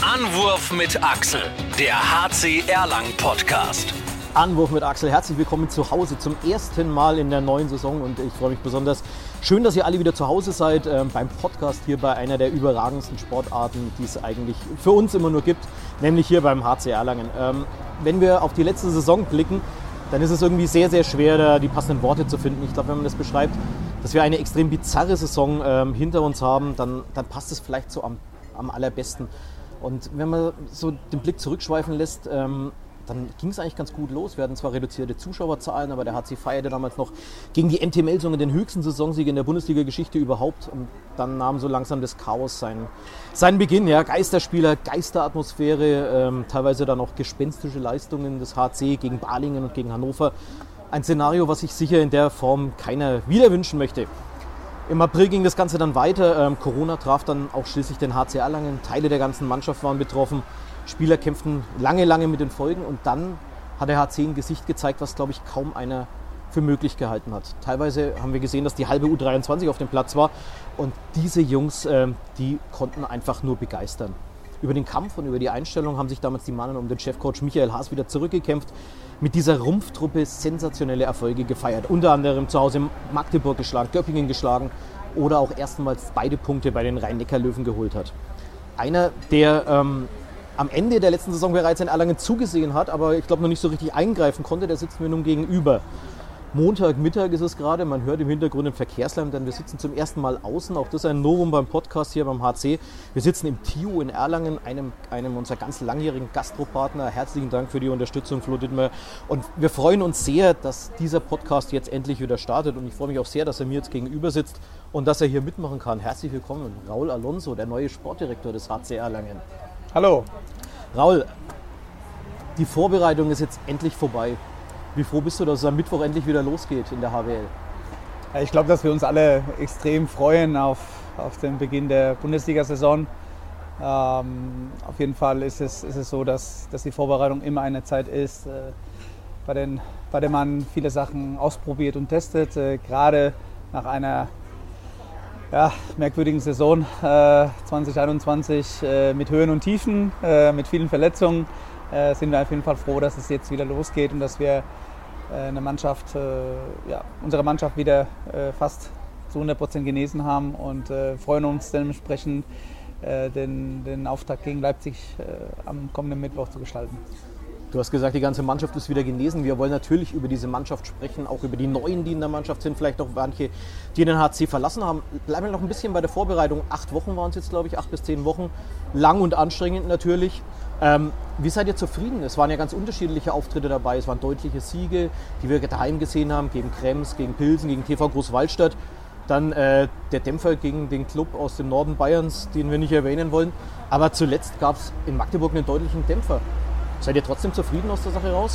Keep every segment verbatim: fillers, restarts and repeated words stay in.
Anwurf mit Axel, der H C Erlangen Podcast. Anwurf mit Axel, herzlich willkommen zu Hause zum ersten Mal in der neuen Saison und ich freue mich besonders. Schön, dass ihr alle wieder zu Hause seid ähm, beim Podcast hier bei einer der überragendsten Sportarten, die es eigentlich für uns immer nur gibt, nämlich hier beim H C Erlangen. Ähm, wenn wir auf die letzte Saison blicken, dann ist es irgendwie sehr, sehr schwer, da die passenden Worte zu finden. Ich glaube, wenn man das beschreibt, dass wir eine extrem bizarre Saison ähm, hinter uns haben, dann, dann passt es vielleicht so am, am allerbesten. Und wenn man so den Blick zurückschweifen lässt, ähm, dann ging es eigentlich ganz gut los. Wir hatten zwar reduzierte Zuschauerzahlen, aber der H C feierte damals noch gegen die N T Melsungen den höchsten Saisonsieg in der Bundesliga-Geschichte überhaupt. Und dann nahm so langsam das Chaos seinen, seinen Beginn. Ja, Geisterspieler, Geisteratmosphäre, ähm, teilweise dann auch gespenstische Leistungen des H C gegen Balingen und gegen Hannover. Ein Szenario, was sich sicher in der Form keiner wieder wünschen möchte. Im April ging das Ganze dann weiter. Ähm, Corona traf dann auch schließlich den H C Erlangen. Teile der ganzen Mannschaft waren betroffen. Spieler kämpften lange, lange mit den Folgen. Und dann hat der H C ein Gesicht gezeigt, was, glaube ich, kaum einer für möglich gehalten hat. Teilweise haben wir gesehen, dass die halbe U dreiundzwanzig auf dem Platz war. Und diese Jungs, ähm, die konnten einfach nur begeistern. Über den Kampf und über die Einstellung haben sich damals die Mannen um den Chefcoach Michael Haas wieder zurückgekämpft. Mit dieser Rumpftruppe sensationelle Erfolge gefeiert. Unter anderem zu Hause Magdeburg geschlagen, Göppingen geschlagen oder auch erstmals beide Punkte bei den Rhein-Neckar-Löwen geholt hat. Einer, der ähm, am Ende der letzten Saison bereits in Erlangen zugesehen hat, aber ich glaube noch nicht so richtig eingreifen konnte, der sitzt mir nun gegenüber. Montagmittag ist es gerade, man hört im Hintergrund den Verkehrslärm, denn wir sitzen zum ersten Mal außen, auch das ist ein Novum beim Podcast hier beim H C. Wir sitzen im T I U in Erlangen, einem, einem unserer ganz langjährigen Gastropartner. Herzlichen Dank für die Unterstützung, Flo Dittmer. Und wir freuen uns sehr, dass dieser Podcast jetzt endlich wieder startet und ich freue mich auch sehr, dass er mir jetzt gegenüber sitzt und dass er hier mitmachen kann. Herzlich willkommen, Raul Alonso, der neue Sportdirektor des H C Erlangen. Hallo. Raul, die Vorbereitung ist jetzt endlich vorbei. Wie froh bist du, dass es am Mittwoch endlich wieder losgeht in der H W L? Ich glaube, dass wir uns alle extrem freuen auf, auf den Beginn der Bundesliga-Saison. Ähm, auf jeden Fall ist es, ist es so, dass, dass die Vorbereitung immer eine Zeit ist, äh, bei, den, bei der man viele Sachen ausprobiert und testet. Äh, gerade nach einer ja, merkwürdigen Saison äh, zwanzig einundzwanzig äh, mit Höhen und Tiefen, äh, mit vielen Verletzungen. Äh, sind wir auf jeden Fall froh, dass es jetzt wieder losgeht und dass wir äh, eine Mannschaft, äh, ja, unsere Mannschaft wieder äh, fast zu hundert Prozent genesen haben und äh, freuen uns dementsprechend, äh, den, den Auftakt gegen Leipzig äh, am kommenden Mittwoch zu gestalten. Du hast gesagt, die ganze Mannschaft ist wieder genesen. Wir wollen natürlich über diese Mannschaft sprechen, auch über die Neuen, die in der Mannschaft sind, vielleicht auch manche, die den H C verlassen haben. Bleiben wir noch ein bisschen bei der Vorbereitung. Acht Wochen waren es jetzt, glaube ich, acht bis zehn Wochen. Lang und anstrengend natürlich. Ähm, wie seid ihr zufrieden? Es waren ja ganz unterschiedliche Auftritte dabei. Es waren deutliche Siege, die wir daheim gesehen haben, gegen Krems, gegen Pilsen, gegen T V Großwaldstadt. Dann äh, der Dämpfer gegen den Club aus dem Norden Bayerns, den wir nicht erwähnen wollen. Aber zuletzt gab es in Magdeburg einen deutlichen Dämpfer. Seid ihr trotzdem zufrieden aus der Sache raus?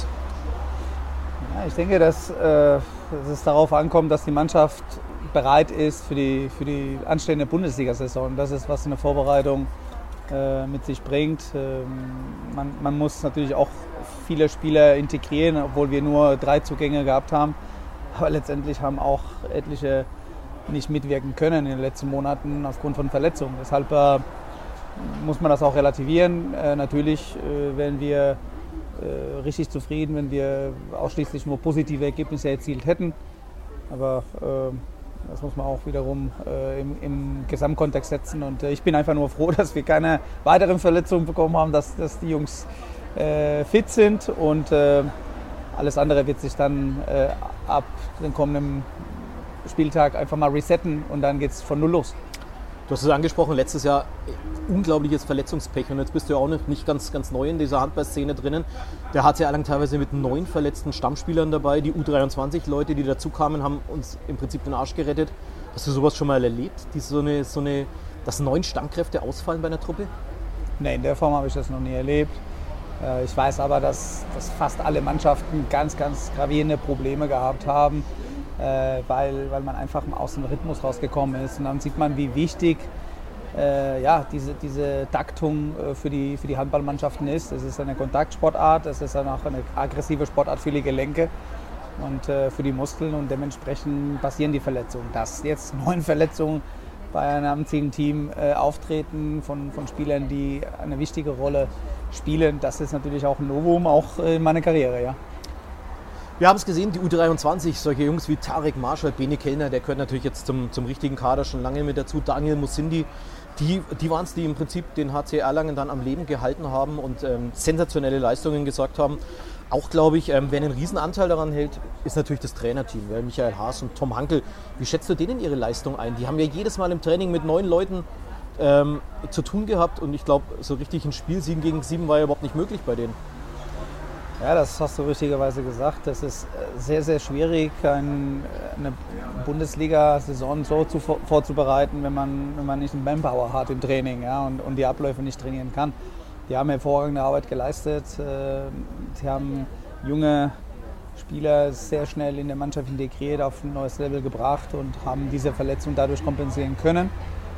Ja, ich denke, dass, äh, dass es darauf ankommt, dass die Mannschaft bereit ist für die, für die anstehende Bundesliga-Saison. Das ist, was eine Vorbereitung äh, mit sich bringt. Ähm, man, man muss natürlich auch viele Spieler integrieren, obwohl wir nur drei Zugänge gehabt haben. Aber letztendlich haben auch etliche nicht mitwirken können in den letzten Monaten aufgrund von Verletzungen. Deshalb äh, muss man das auch relativieren. Äh, natürlich äh, wären wir äh, richtig zufrieden, wenn wir ausschließlich nur positive Ergebnisse erzielt hätten. Aber äh, das muss man auch wiederum äh, im, im Gesamtkontext setzen. Und äh, ich bin einfach nur froh, dass wir keine weiteren Verletzungen bekommen haben, dass, dass die Jungs äh, fit sind. Und äh, alles andere wird sich dann äh, ab dem kommenden Spieltag einfach mal resetten und dann geht es von null los. Du hast es angesprochen, letztes Jahr unglaubliches Verletzungspech und jetzt bist du ja auch nicht ganz, ganz neu in dieser Handballszene drinnen. Der H C Erlangen teilweise mit neun verletzten Stammspielern dabei. Die U dreiundzwanzig-Leute, die dazu kamen, haben uns im Prinzip den Arsch gerettet. Hast du sowas schon mal erlebt, die so eine, so eine, dass neun Stammkräfte ausfallen bei einer Truppe? Nein, in der Form habe ich das noch nie erlebt. Ich weiß aber, dass, dass fast alle Mannschaften ganz, ganz gravierende Probleme gehabt haben, weil, weil man einfach aus dem Rhythmus rausgekommen ist. Und dann sieht man, wie wichtig äh, ja, diese, diese Taktung für die, für die Handballmannschaften ist. Es ist eine Kontaktsportart, es ist dann auch eine aggressive Sportart für die Gelenke und äh, für die Muskeln und dementsprechend passieren die Verletzungen. Dass jetzt neun Verletzungen bei einem amtlichen Team äh, auftreten von, von Spielern, die eine wichtige Rolle spielen. Das ist natürlich auch ein Novum, auch in meiner Karriere, ja. Wir haben es gesehen, die U dreiundzwanzig, solche Jungs wie Tarek Marschall, Bene Kellner, der gehört natürlich jetzt zum, zum richtigen Kader schon lange mit dazu, Daniel Musindi, die, die waren es, die im Prinzip den H C Erlangen dann am Leben gehalten haben und ähm, sensationelle Leistungen gesorgt haben. Auch, glaube ich, ähm, wer einen Riesenanteil daran hält, ist natürlich das Trainerteam, ja, Michael Haas und Tom Hankel. Wie schätzt du denen ihre Leistung ein? Die haben ja jedes Mal im Training mit neun Leuten ähm, zu tun gehabt und ich glaube, so richtig ein Spiel sieben gegen sieben war ja überhaupt nicht möglich bei denen. Ja, das hast du richtigerweise gesagt. Das ist sehr, sehr schwierig, ein, eine Bundesliga-Saison so zu, vorzubereiten, wenn man, wenn man nicht einen Manpower hat im Training, ja, und, und die Abläufe nicht trainieren kann. Die haben hervorragende Arbeit geleistet. Sie haben junge Spieler sehr schnell in der Mannschaft integriert, auf ein neues Level gebracht und haben diese Verletzung dadurch kompensieren können.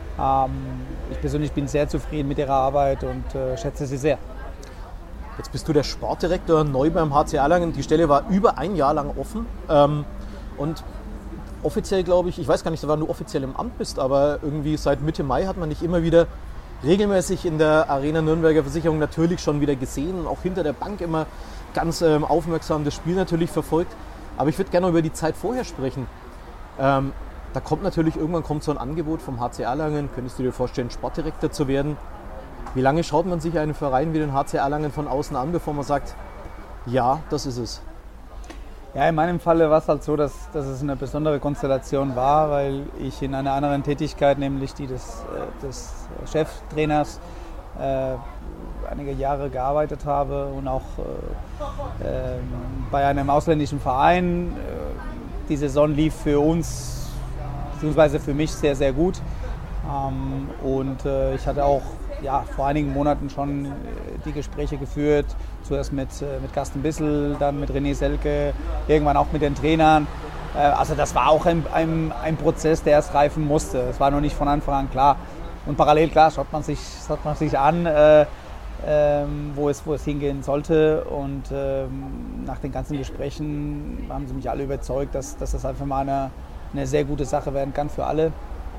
Ich persönlich bin sehr zufrieden mit ihrer Arbeit und schätze sie sehr. Jetzt bist du der Sportdirektor neu beim H C Erlangen. Die Stelle war über ein Jahr lang offen. Ähm, und offiziell, glaube ich, ich weiß gar nicht, wann du offiziell im Amt bist, aber irgendwie seit Mitte Mai hat man dich immer wieder regelmäßig in der Arena Nürnberger Versicherung natürlich schon wieder gesehen und auch hinter der Bank immer ganz ähm, aufmerksam das Spiel natürlich verfolgt. Aber ich würde gerne über die Zeit vorher sprechen. Ähm, da kommt natürlich, irgendwann kommt so ein Angebot vom H C Erlangen. Könntest du dir vorstellen, Sportdirektor zu werden? Wie lange schaut man sich einen Verein wie den H C Erlangen von außen an, bevor man sagt, ja, das ist es? Ja, in meinem Falle war es halt so, dass, dass es eine besondere Konstellation war, weil ich in einer anderen Tätigkeit, nämlich die des, des Cheftrainers, äh, einige Jahre gearbeitet habe und auch äh, äh, bei einem ausländischen Verein. Die Saison lief für uns, beziehungsweise für mich sehr, sehr gut. Ähm, und äh, ich hatte auch ja, vor einigen Monaten schon äh, die Gespräche geführt, zuerst mit, äh, mit Carsten Bissel, dann mit René Selke, irgendwann auch mit den Trainern. Äh, also das war auch ein, ein, ein Prozess, der erst reifen musste. Es war noch nicht von Anfang an klar. Und parallel, klar, schaut man sich, schaut man sich an, äh, ähm, wo, es, wo es hingehen sollte. Und ähm, nach den ganzen Gesprächen haben sie mich alle überzeugt, dass, dass das einfach mal eine, eine sehr gute Sache werden kann für alle.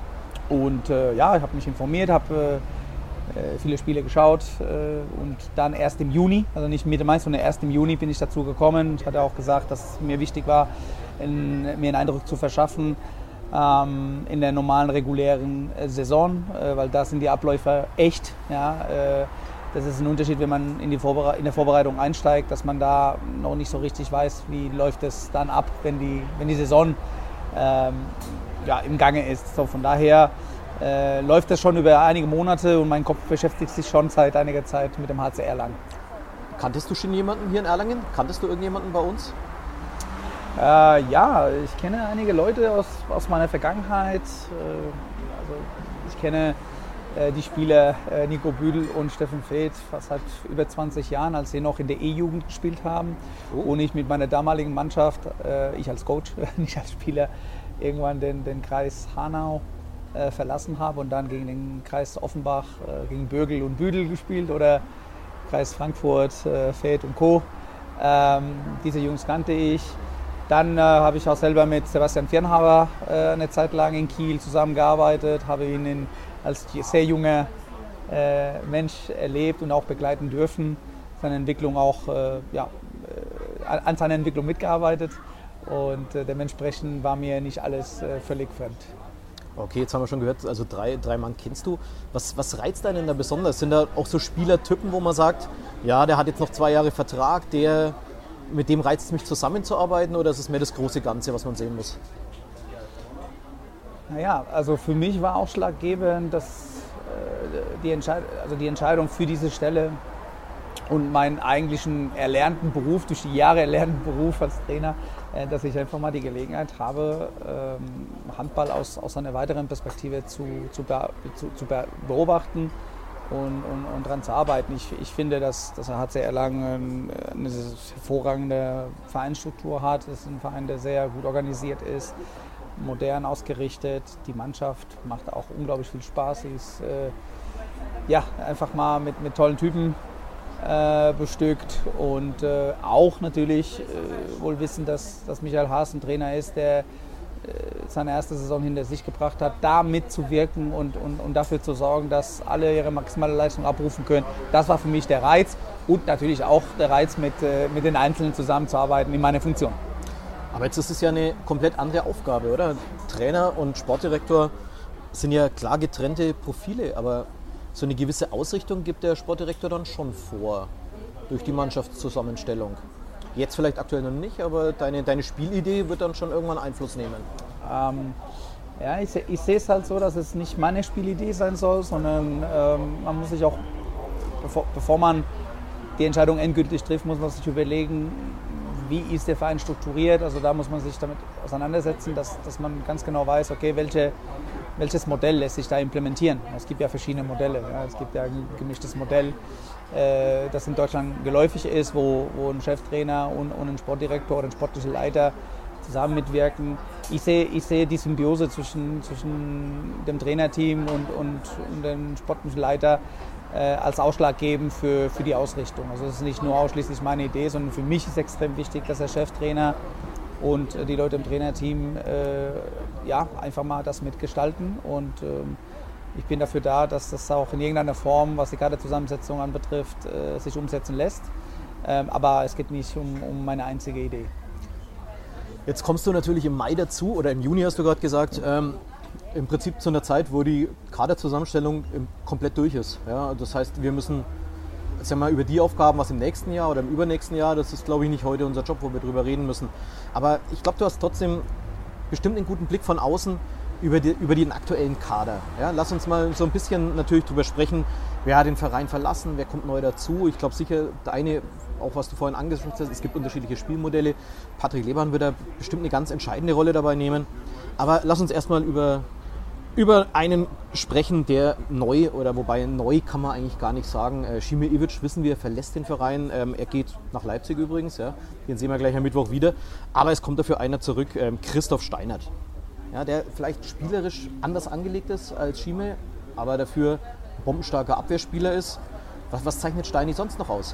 Und äh, ja, ich habe mich informiert, habe äh, viele Spiele geschaut äh, und dann erst im Juni, also nicht Mitte Mai, sondern erst im Juni bin ich dazu gekommen. Ich hatte auch gesagt, dass es mir wichtig war, in, mir einen Eindruck zu verschaffen ähm, in der normalen, regulären äh, Saison, äh, weil da sind die Abläufe echt. Ja, äh, das ist ein Unterschied, wenn man in, die Vorbere- in der Vorbereitung einsteigt, dass man da noch nicht so richtig weiß, wie läuft es dann ab, wenn die, wenn die Saison ähm, ja, im Gange ist. So, von daher äh, läuft das schon über einige Monate und mein Kopf beschäftigt sich schon seit einiger Zeit mit dem H C Erlangen. Kanntest du schon jemanden hier in Erlangen? Kanntest du irgendjemanden bei uns? Äh, ja, ich kenne einige Leute aus, aus meiner Vergangenheit. Äh, also ich kenne äh, die Spieler äh, Nico Büdel und Steffen Feeth fast seit über zwanzig Jahren, als sie noch in der E-Jugend gespielt haben. Oh. Und ich mit meiner damaligen Mannschaft, äh, ich als Coach, nicht als Spieler, irgendwann den, den Kreis Hanau äh, verlassen habe und dann gegen den Kreis Offenbach, äh, gegen Bürgel und Büdel gespielt oder Kreis Frankfurt, äh, Feeth und Co. Ähm, diese Jungs kannte ich. Dann äh, habe ich auch selber mit Sebastian Viernhaber äh, eine Zeit lang in Kiel zusammengearbeitet, habe ihn in, als sehr junger äh, Mensch erlebt und auch begleiten dürfen, seine Entwicklung auch äh, ja, äh, an seiner Entwicklung mitgearbeitet. Und äh, dementsprechend war mir nicht alles äh, völlig fremd. Okay, jetzt haben wir schon gehört, also drei, drei Mann kennst du. Was, was reizt einen da besonders? Sind da auch so Spielertypen, wo man sagt, ja, der hat jetzt noch zwei Jahre Vertrag, der, mit dem reizt es mich zusammenzuarbeiten, oder ist es mehr das große Ganze, was man sehen muss? Naja, also für mich war ausschlaggebend, dass äh, die, Entscheid- also die Entscheidung für diese Stelle und meinen eigentlichen erlernten Beruf, durch die Jahre erlernten Beruf als Trainer, äh, dass ich einfach mal die Gelegenheit habe, ähm, Handball aus, aus einer weiteren Perspektive zu, zu, be- zu, zu be- beobachten und, und, und daran zu arbeiten. Ich, ich finde, dass, dass der H C Erlangen eine hervorragende Vereinsstruktur hat. Es ist ein Verein, der sehr gut organisiert ist, modern ausgerichtet. Die Mannschaft macht auch unglaublich viel Spaß. Sie ist äh, ja, einfach mal mit, mit tollen Typen Äh, bestückt und äh, auch natürlich äh, wohl wissen, dass, dass Michael Haas ein Trainer ist, der seine erste Saison hinter sich gebracht hat, da mitzuwirken und, und, und dafür zu sorgen, dass alle ihre maximale Leistung abrufen können. Das war für mich der Reiz und natürlich auch der Reiz, mit, mit den Einzelnen zusammenzuarbeiten in meiner Funktion. Aber jetzt ist es ja eine komplett andere Aufgabe, oder? Trainer und Sportdirektor sind ja klar getrennte Profile, aber so eine gewisse Ausrichtung gibt der Sportdirektor dann schon vor, durch die Mannschaftszusammenstellung. Jetzt vielleicht aktuell noch nicht, aber deine, deine Spielidee wird dann schon irgendwann Einfluss nehmen. Ähm, ja, ich, ich sehe es halt so, dass es nicht meine Spielidee sein soll, sondern ähm, man muss sich auch, bevor, bevor man die Entscheidung endgültig trifft, muss man sich überlegen, wie ist der Verein strukturiert. Also da muss man sich damit auseinandersetzen, dass, dass man ganz genau weiß, okay, welche, welches Modell lässt sich da implementieren. Es gibt ja verschiedene Modelle. Ja. Es gibt ja ein gemischtes Modell, äh, das in Deutschland geläufig ist, wo, wo ein Cheftrainer und, und ein Sportdirektor oder ein sportlicher Leiter zusammen mitwirken. Ich sehe, ich sehe die Symbiose zwischen, zwischen dem Trainerteam und, und, und dem sportlichen Leiter äh, als ausschlaggebend für, für die Ausrichtung. Also das ist nicht nur ausschließlich meine Idee, sondern für mich ist extrem wichtig, dass der Cheftrainer und die Leute im Trainerteam äh, ja, einfach mal das mitgestalten. Und ähm, ich bin dafür da, dass das auch in irgendeiner Form, was die Kaderzusammensetzung anbetrifft, äh, sich umsetzen lässt. Ähm, aber es geht nicht um, um meine einzige Idee. Jetzt kommst du natürlich im Mai dazu, oder im Juni hast du gerade gesagt, ähm, im Prinzip zu einer Zeit, wo die Kaderzusammenstellung komplett durch ist. Ja, das heißt, wir müssen jetzt ja mal über die Aufgaben, was im nächsten Jahr oder im übernächsten Jahr, das ist, glaube ich, nicht heute unser Job, wo wir drüber reden müssen. Aber ich glaube, du hast trotzdem bestimmt einen guten Blick von außen über, die, über den aktuellen Kader. Ja, lass uns mal so ein bisschen natürlich drüber sprechen, wer hat den Verein verlassen, wer kommt neu dazu. Ich glaube sicher, deine, auch was du vorhin angesprochen hast, es gibt unterschiedliche Spielmodelle. Patrick Lehmann wird da bestimmt eine ganz entscheidende Rolle dabei nehmen. Aber lass uns erstmal über, über einen sprechen, der neu, oder wobei neu kann man eigentlich gar nicht sagen. Äh, Šime Ivić, wissen wir, verlässt den Verein. Ähm, er geht nach Leipzig übrigens. Ja. Den sehen wir gleich am Mittwoch wieder. Aber es kommt dafür einer zurück, ähm, Christoph Steinert. Ja, der vielleicht spielerisch anders angelegt ist als Šime, aber dafür ein bombenstarker Abwehrspieler ist. Was, was zeichnet Steini sonst noch aus?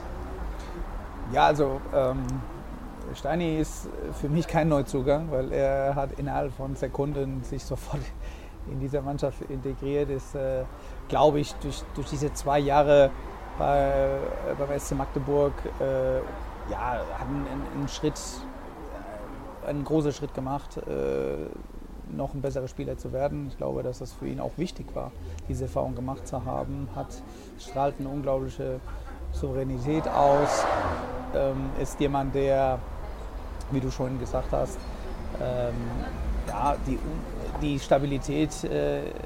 Ja, also ähm, Steini ist für mich kein Neuzugang, weil er hat innerhalb von Sekunden sich sofort in dieser Mannschaft integriert. Ist, äh, glaube ich, durch, durch diese zwei Jahre bei, äh, beim S C Magdeburg äh, ja, hat einen, einen Schritt, äh, einen großen Schritt gemacht, äh, noch ein besserer Spieler zu werden. Ich glaube, dass das für ihn auch wichtig war, diese Erfahrung gemacht zu haben. Hat strahlt eine unglaubliche Souveränität aus, ähm, ist jemand, der, wie du schon gesagt hast, ähm, ja, die, die Stabilität äh, in,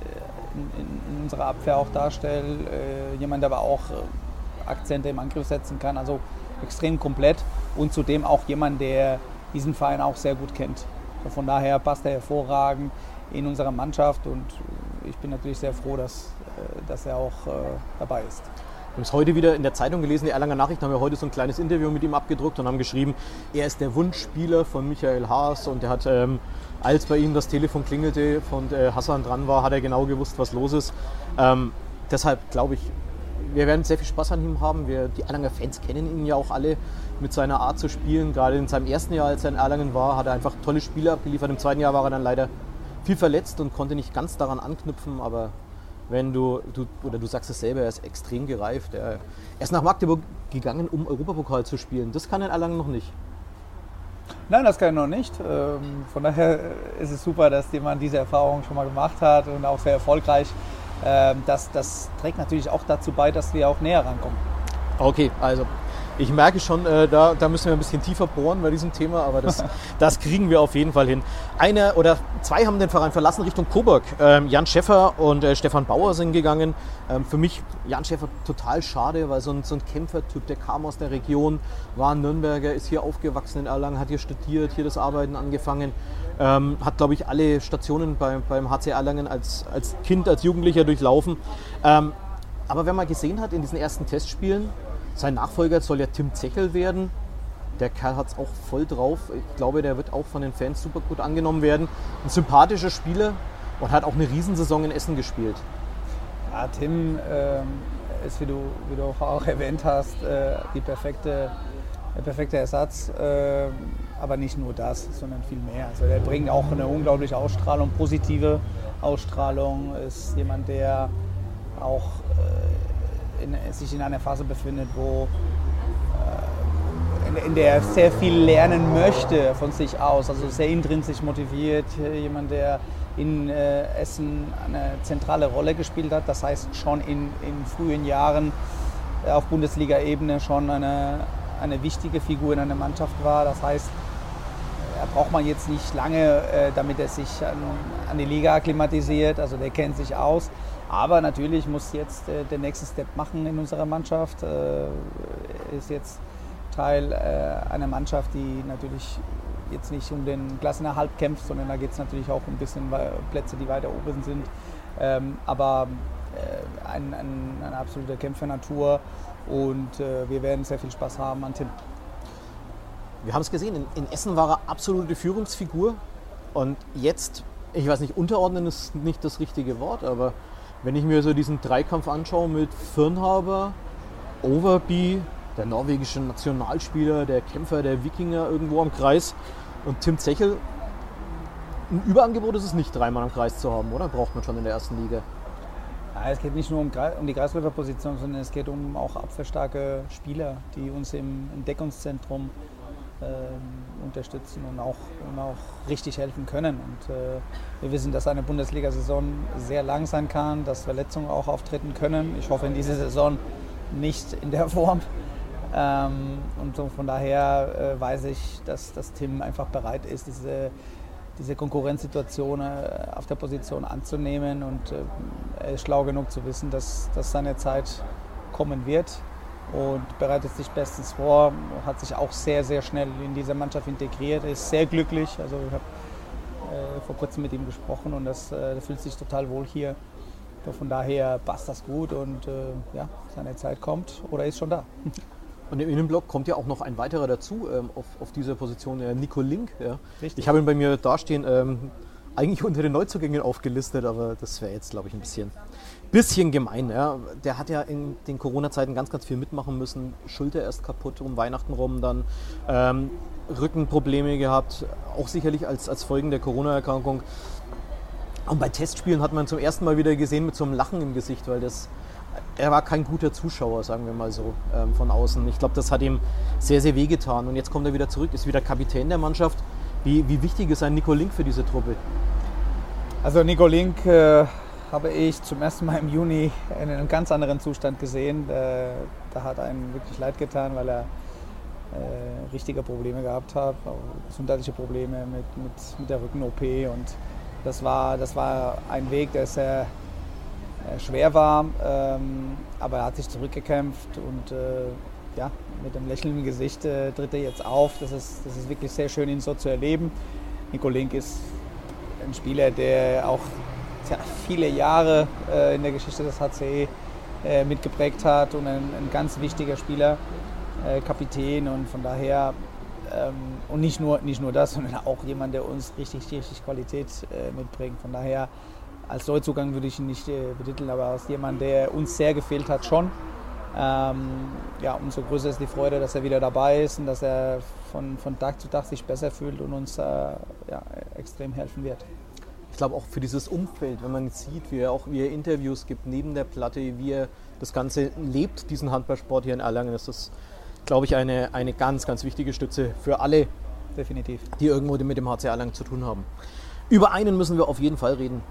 in unserer Abwehr auch darstellt, äh, jemand, der aber auch äh, Akzente im Angriff setzen kann, also extrem komplett und zudem auch jemand, der diesen Verein auch sehr gut kennt. Also von daher passt er hervorragend in unserer Mannschaft und ich bin natürlich sehr froh, dass, äh, dass er auch äh, dabei ist. Wir haben es heute wieder in der Zeitung gelesen, die Erlanger Nachrichten haben wir heute so ein kleines Interview mit ihm abgedruckt und haben geschrieben, er ist der Wunschspieler von Michael Haas und er hat, ähm, als bei ihm das Telefon klingelte und äh, Hassan dran war, hat er genau gewusst, was los ist. Ähm, deshalb glaube ich, wir werden sehr viel Spaß an ihm haben. Wir, die Erlanger Fans kennen ihn ja auch alle mit seiner Art zu spielen. Gerade in seinem ersten Jahr, als er in Erlangen war, hat er einfach tolle Spiele abgeliefert. Im zweiten Jahr war er dann leider viel verletzt und konnte nicht ganz daran anknüpfen, aber wenn du, du, oder du sagst es selber, er ist extrem gereift. Er, er ist nach Magdeburg gegangen, um Europapokal zu spielen. Das kann er in Erlangen noch nicht. Nein, das kann er noch nicht. Ähm, von daher ist es super, dass jemand diese Erfahrung schon mal gemacht hat und auch sehr erfolgreich. Ähm, das, das trägt natürlich auch dazu bei, dass wir auch näher rankommen. Okay, also ich merke schon, äh, da, da müssen wir ein bisschen tiefer bohren bei diesem Thema, aber das, das kriegen wir auf jeden Fall hin. Einer oder zwei haben den Verein verlassen Richtung Coburg. Ähm, Jan Schäffer und äh, Stefan Bauer sind gegangen. Ähm, für mich Jan Schäffer total schade, weil so ein, so ein Kämpfertyp, der kam aus der Region, war ein Nürnberger, ist hier aufgewachsen in Erlangen, hat hier studiert, hier das Arbeiten angefangen. Ähm, hat, glaube ich, alle Stationen bei, beim H C Erlangen als, als Kind, als Jugendlicher durchlaufen. Ähm, aber wenn man gesehen hat in diesen ersten Testspielen, sein Nachfolger soll ja Tim Zechel werden. Der Kerl hat es auch voll drauf. Ich glaube, der wird auch von den Fans super gut angenommen werden. Ein sympathischer Spieler und hat auch eine Riesensaison in Essen gespielt. Ja, Tim ähm, ist, wie du, wie du auch erwähnt hast, äh, die perfekte, der perfekte Ersatz. Äh, aber nicht nur das, sondern viel mehr. Also der bringt auch eine unglaubliche Ausstrahlung, positive Ausstrahlung, ist jemand, der auch äh, in, sich in einer Phase befindet, wo äh, in, in der er sehr viel lernen möchte von sich aus, also sehr intrinsisch motiviert, jemand, der in äh, Essen eine zentrale Rolle gespielt hat, das heißt schon in, in frühen Jahren äh, auf Bundesliga-Ebene schon eine, eine wichtige Figur in einer Mannschaft war, das heißt, da braucht man jetzt nicht lange, äh, damit er sich an, an die Liga akklimatisiert, also der kennt sich aus. Aber natürlich muss jetzt äh, den nächsten Step machen in unserer Mannschaft. Äh, ist jetzt Teil äh, einer Mannschaft, die natürlich jetzt nicht um den Klassenerhalt kämpft, sondern da geht es natürlich auch um ein bisschen Plätze, die weiter oben sind. Ähm, aber äh, ein, ein, eine absolute Kämpfernatur und äh, wir werden sehr viel Spaß haben an Tim. Wir haben es gesehen, in, in Essen war er absolute Führungsfigur und jetzt, ich weiß nicht, unterordnen ist nicht das richtige Wort, aber wenn ich mir so diesen Dreikampf anschaue mit Firnhaber, Overby, der norwegische Nationalspieler, der Kämpfer, der Wikinger irgendwo am Kreis und Tim Zechel, ein Überangebot ist es nicht, dreimal am Kreis zu haben, oder? Braucht man schon in der ersten Liga. Ja, es geht nicht nur um, um die Kreisläuferposition, sondern es geht um auch abwehrstarke Spieler, die uns im, im Deckungszentrum äh, unterstützen und auch, und auch richtig helfen können. Und äh, wir wissen, dass eine Bundesliga-Saison sehr lang sein kann, dass Verletzungen auch auftreten können. Ich hoffe in dieser Saison nicht in der Form. Ähm, und so von daher äh, weiß ich, dass, dass Tim einfach bereit ist, diese, diese Konkurrenzsituation äh, auf der Position anzunehmen. Und äh, er ist schlau genug zu wissen, dass, dass seine Zeit kommen wird. Und bereitet sich bestens vor, hat sich auch sehr, sehr schnell in diese Mannschaft integriert, ist sehr glücklich. Also ich habe äh, vor kurzem mit ihm gesprochen und das, äh, er fühlt sich total wohl hier. Von daher passt das gut und äh, ja, seine Zeit kommt oder ist schon da. Und im Innenblock kommt ja auch noch ein weiterer dazu ähm, auf, auf dieser Position, äh, Nico Link. Ja. Richtig. Ich habe ihn bei mir dastehen, ähm, eigentlich unter den Neuzugängen aufgelistet, aber das wäre jetzt, glaube ich, ein bisschen... Bisschen gemein, ja. Der hat ja in den Corona-Zeiten ganz, ganz viel mitmachen müssen. Schulter erst kaputt, um Weihnachten rum, dann ähm, Rückenprobleme gehabt, auch sicherlich als, als Folgen der Corona-Erkrankung. Und bei Testspielen hat man zum ersten Mal wieder gesehen mit so einem Lachen im Gesicht, weil das, er war kein guter Zuschauer, sagen wir mal so, ähm, von außen. Ich glaube, das hat ihm sehr, sehr wehgetan. Und jetzt kommt er wieder zurück, ist wieder Kapitän der Mannschaft. Wie, wie wichtig ist ein Nico Link für diese Truppe? Also Nico Link... Äh habe ich zum ersten Mal im Juni in einem ganz anderen Zustand gesehen. Da hat einem wirklich leid getan, weil er äh, richtige Probleme gehabt hat, auch gesundheitliche Probleme mit, mit, mit der Rücken-O P. Und das war, das war ein Weg, der sehr äh, schwer war, ähm, aber er hat sich zurückgekämpft und äh, ja, mit einem Lächeln im Gesicht äh, tritt er jetzt auf. Das ist, das ist wirklich sehr schön, ihn so zu erleben. Nico Link ist ein Spieler, der auch ja, viele Jahre äh, in der Geschichte des H C äh, mitgeprägt hat und ein, ein ganz wichtiger Spieler, äh, Kapitän und von daher ähm, und nicht nur, nicht nur das, sondern auch jemand, der uns richtig, richtig Qualität äh, mitbringt. Von daher als Neuzugang würde ich ihn nicht äh, betiteln, aber als jemand, der uns sehr gefehlt hat, schon. Ähm, ja, umso größer ist die Freude, dass er wieder dabei ist und dass er von, von Tag zu Tag sich besser fühlt und uns äh, ja, extrem helfen wird. Ich glaube auch für dieses Umfeld, wenn man sieht, wie er auch wie er Interviews gibt neben der Platte, wie er das Ganze lebt, diesen Handballsport hier in Erlangen, ist das, glaube ich, eine, eine ganz, ganz wichtige Stütze für alle, definitiv, die irgendwo mit dem H C Erlangen zu tun haben. Über einen müssen wir auf jeden Fall reden.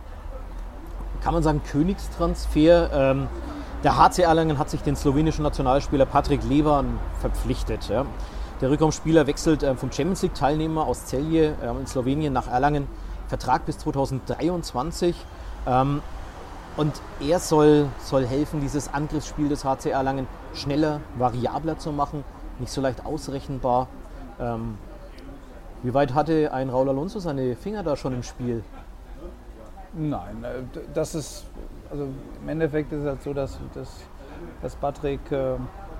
Kann man sagen, Königstransfer. Ähm, der H C Erlangen hat sich den slowenischen Nationalspieler Patrik Levan verpflichtet. Ja. Der Rückraumspieler wechselt äh, vom Champions League Teilnehmer aus Celje äh, in Slowenien nach Erlangen. Vertrag bis zweitausenddreiundzwanzig. Ähm, und er soll, soll helfen, dieses Angriffsspiel des H C Erlangen schneller, variabler zu machen, nicht so leicht ausrechenbar. Ähm, wie weit hatte ein Raul Alonso seine Finger da schon im Spiel? Nein, das ist, also im Endeffekt ist es halt so, dass, dass, dass Patrick äh, äh,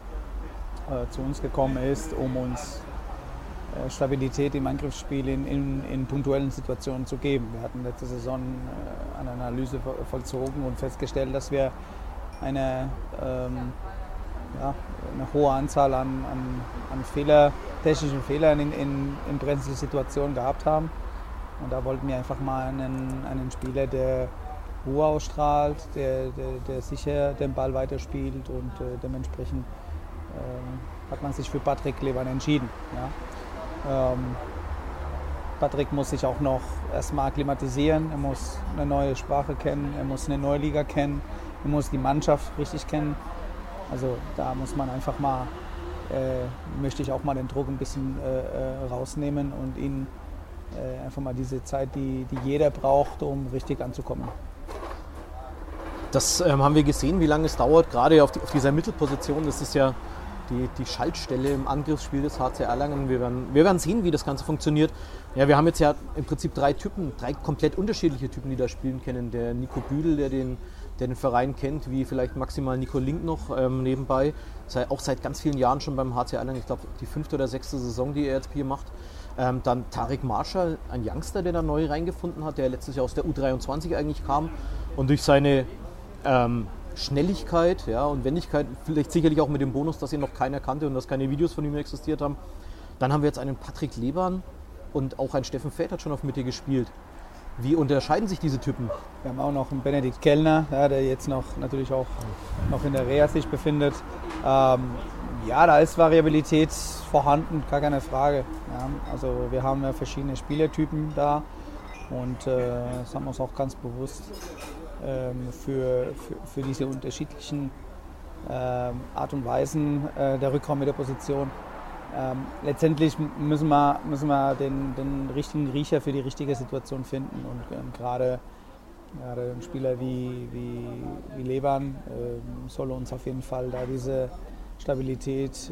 zu uns gekommen ist, um uns Stabilität im Angriffsspiel in, in, in punktuellen Situationen zu geben. Wir hatten letzte Saison äh, eine Analyse vollzogen und festgestellt, dass wir eine, ähm, ja, eine hohe Anzahl an, an, an Fehler, technischen Fehlern in, in, in brenzlichen Situationen gehabt haben. Und da wollten wir einfach mal einen, einen Spieler, der Ruhe ausstrahlt, der, der, der sicher den Ball weiterspielt, und äh, dementsprechend äh, hat man sich für Patrick Leban entschieden. Ja. Ähm, Patrick muss sich auch noch erstmal akklimatisieren, er muss eine neue Sprache kennen, er muss eine neue Liga kennen, er muss die Mannschaft richtig kennen. Also da muss man einfach mal, äh, möchte ich auch mal den Druck ein bisschen äh, rausnehmen und ihn äh, einfach mal diese Zeit, die, die jeder braucht, um richtig anzukommen. Das ähm, haben wir gesehen, wie lange es dauert, gerade auf, die, auf dieser Mittelposition. Das ist ja die, die Schaltstelle im Angriffsspiel des H C Erlangen. Wir werden, wir werden sehen, wie das Ganze funktioniert. Ja, wir haben jetzt ja im Prinzip drei Typen, drei komplett unterschiedliche Typen, die da spielen können. Der Nico Büdel, der den, der den Verein kennt, wie vielleicht maximal Nico Link noch ähm, nebenbei. Sei, auch seit ganz vielen Jahren schon beim H C Erlangen. Ich glaube, die fünfte oder sechste Saison, die er jetzt hier macht. Ähm, dann Tarek Marschall, ein Youngster, der da neu reingefunden hat, der letztes Jahr aus der U dreiundzwanzig eigentlich kam und durch seine ähm, Schnelligkeit, ja, und Wendigkeit, vielleicht sicherlich auch mit dem Bonus, dass ihn noch keiner kannte und dass keine Videos von ihm existiert haben. Dann haben wir jetzt einen Patrick Leban und auch einen Steffen Feld hat schon auf Mitte gespielt. Wie unterscheiden sich diese Typen? Wir haben auch noch einen Benedikt Kellner, ja, der jetzt noch natürlich auch noch in der Reha sich befindet. Ähm, ja, da ist Variabilität vorhanden, gar keine Frage. Ja, also wir haben ja verschiedene Spielertypen da, und äh, das haben wir uns auch ganz bewusst ähm, für, für, für diese unterschiedlichen ähm, Art und Weisen äh, der Rückraum mit der Position. Ähm, letztendlich müssen wir, müssen wir den, den richtigen Riecher für die richtige Situation finden, und ähm, gerade gerade ein Spieler wie, wie, wie Leban äh, soll uns auf jeden Fall da diese Stabilität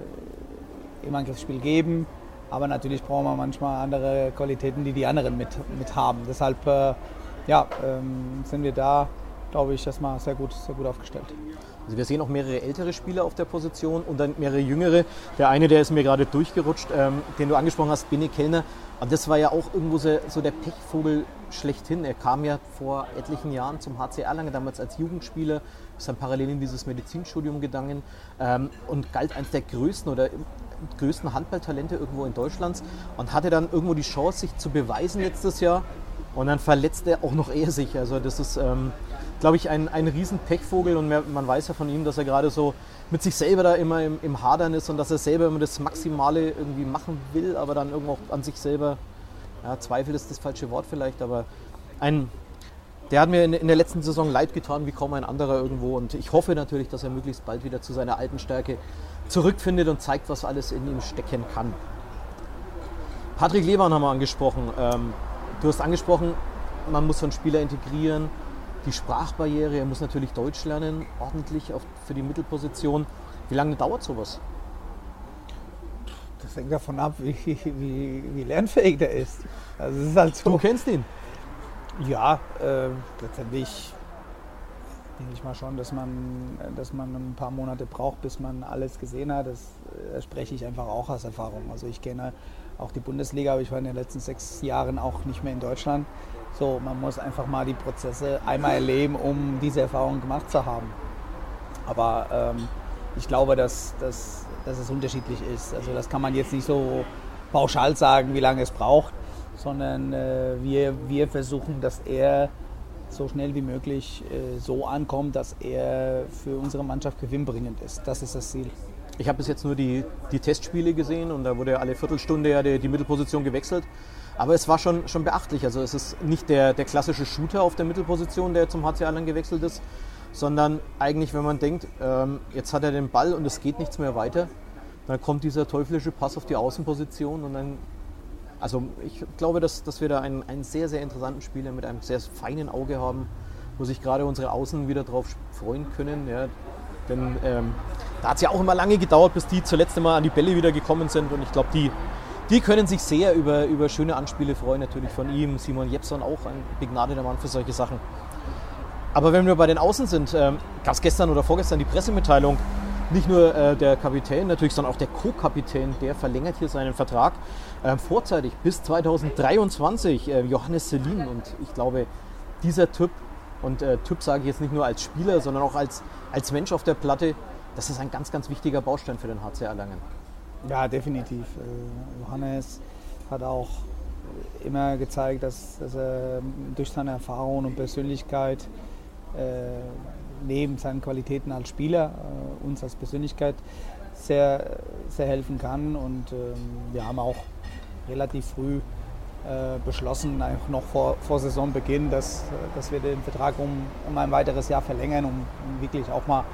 äh, im Angriffsspiel geben, aber natürlich brauchen wir manchmal andere Qualitäten, die die anderen mit, mit haben. Deshalb äh, ja, ähm, sind wir da, glaube ich, erstmal sehr gut, sehr gut aufgestellt. Also wir sehen auch mehrere ältere Spieler auf der Position und dann mehrere jüngere. Der eine, der ist mir gerade durchgerutscht, ähm, den du angesprochen hast, Benny Kellner. Aber das war ja auch irgendwo so, so der Pechvogel schlechthin. Er kam ja vor etlichen Jahren zum H C Erlangen, damals als Jugendspieler, ist dann parallel in dieses Medizinstudium gegangen ähm, und galt als der größten oder größten Handballtalente irgendwo in Deutschland und hatte dann irgendwo die Chance, sich zu beweisen letztes Jahr. Und dann verletzt er auch noch eher sich. Also das ist, ähm, glaube ich, ein, ein riesen Pechvogel. Und man weiß ja von ihm, dass er gerade so mit sich selber da immer im, im Hadern ist und dass er selber immer das Maximale irgendwie machen will, aber dann irgendwo auch an sich selber, ja, Zweifel ist das falsche Wort vielleicht, aber ein, der hat mir in, in der letzten Saison leid getan, wie kaum ein anderer irgendwo. Und ich hoffe natürlich, dass er möglichst bald wieder zu seiner alten Stärke zurückfindet und zeigt, was alles in ihm stecken kann. Patrick Leban haben wir angesprochen. Ähm, Du hast angesprochen, man muss so einen Spieler integrieren, die Sprachbarriere, er muss natürlich Deutsch lernen, ordentlich auf, für die Mittelposition. Wie lange dauert sowas? Das hängt davon ab, wie, wie, wie lernfähig der ist. Also es ist halt so. Du kennst ihn? Ja, äh, letztendlich denke ich mal schon, dass man, dass man ein paar Monate braucht, bis man alles gesehen hat. Das äh, spreche ich einfach auch aus Erfahrung. Also ich kenne auch die Bundesliga, aber ich war in den letzten sechs Jahren auch nicht mehr in Deutschland. So, man muss einfach mal die Prozesse einmal erleben, um diese Erfahrung gemacht zu haben. Aber ähm, ich glaube, dass, dass, dass es unterschiedlich ist. Also das kann man jetzt nicht so pauschal sagen, wie lange es braucht, sondern äh, wir, wir versuchen, dass er so schnell wie möglich äh, so ankommt, dass er für unsere Mannschaft gewinnbringend ist. Das ist das Ziel. Ich habe bis jetzt nur die, die Testspiele gesehen und da wurde ja alle Viertelstunde ja die, die Mittelposition gewechselt. Aber es war schon, schon beachtlich. Also es ist nicht der, der klassische Shooter auf der Mittelposition, der zum H C Erlangen gewechselt ist, sondern eigentlich, wenn man denkt, ähm, jetzt hat er den Ball und es geht nichts mehr weiter, dann kommt dieser teuflische Pass auf die Außenposition und dann, also ich glaube, dass, dass wir da einen, einen sehr, sehr interessanten Spieler mit einem sehr feinen Auge haben, wo sich gerade unsere Außen wieder drauf freuen können. Ja. Denn ähm, da hat es ja auch immer lange gedauert, bis die zuletzt mal an die Bälle wieder gekommen sind. Und ich glaube, die, die können sich sehr über, über schöne Anspiele freuen, natürlich von ihm. Simon Jepson auch ein begnadeter Mann für solche Sachen. Aber wenn wir bei den Außen sind, ähm, gab es gestern oder vorgestern die Pressemitteilung, nicht nur äh, der Kapitän natürlich, sondern auch der Co-Kapitän, der verlängert hier seinen Vertrag äh, vorzeitig bis zweitausenddreiundzwanzig, äh, Johannes Selin. Und ich glaube, dieser Typ, und äh, Typ sage ich jetzt nicht nur als Spieler, sondern auch als, als Mensch auf der Platte, das ist ein ganz, ganz wichtiger Baustein für den H C Erlangen. Ja, definitiv. Johannes hat auch immer gezeigt, dass, dass er durch seine Erfahrung und Persönlichkeit äh, neben seinen Qualitäten als Spieler äh, uns als Persönlichkeit sehr, sehr helfen kann. Und äh, wir haben auch relativ früh äh, beschlossen, auch noch vor, vor Saisonbeginn, dass, dass wir den Vertrag um, um ein weiteres Jahr verlängern, um, um wirklich auch mal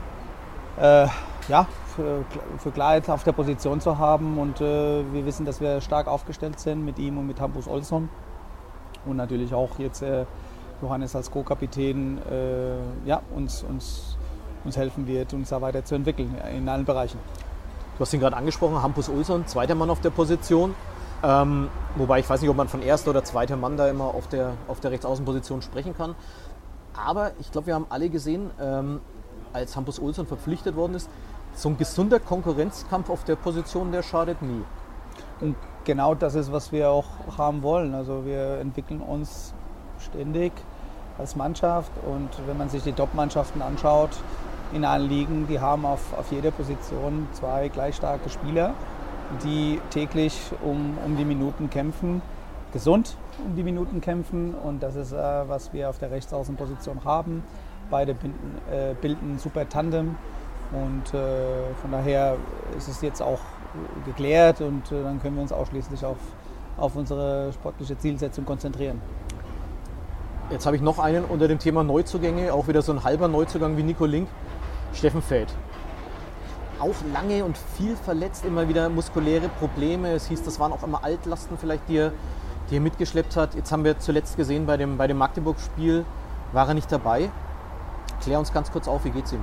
äh, ja, für, für Klarheit auf der Position zu haben. Und äh, wir wissen, dass wir stark aufgestellt sind mit ihm und mit Hampus Olsson. Und natürlich auch jetzt äh, Johannes als Co-Kapitän äh, ja, uns, uns, uns helfen wird, uns da weiterzuentwickeln in allen Bereichen. Du hast ihn gerade angesprochen, Hampus Olsson, zweiter Mann auf der Position. Ähm, wobei ich weiß nicht, ob man von erster oder zweiter Mann da immer auf der, auf der Rechtsaußenposition sprechen kann. Aber ich glaube, wir haben alle gesehen, ähm, als Hampus Olsson verpflichtet worden ist, so ein gesunder Konkurrenzkampf auf der Position, der schadet nie. Und genau das ist, was wir auch haben wollen. Also wir entwickeln uns ständig als Mannschaft und wenn man sich die Top-Mannschaften anschaut in allen Ligen, die haben auf, auf jeder Position zwei gleich starke Spieler, die täglich um, um die Minuten kämpfen, gesund um die Minuten kämpfen und das ist, äh, was wir auf der Rechtsaußenposition haben. Beide bilden, äh, bilden ein super Tandem und äh, von daher ist es jetzt auch geklärt und äh, dann können wir uns ausschließlich auf, auf unsere sportliche Zielsetzung konzentrieren. Jetzt habe ich noch einen unter dem Thema Neuzugänge, auch wieder so ein halber Neuzugang wie Nico Link, Steffen Feld. Auch lange und viel verletzt, immer wieder muskuläre Probleme. Es hieß, das waren auch immer Altlasten vielleicht, die er, die er mitgeschleppt hat. Jetzt haben wir zuletzt gesehen, bei dem, bei dem Magdeburg-Spiel war er nicht dabei. Klär uns ganz kurz auf, wie geht's ihm?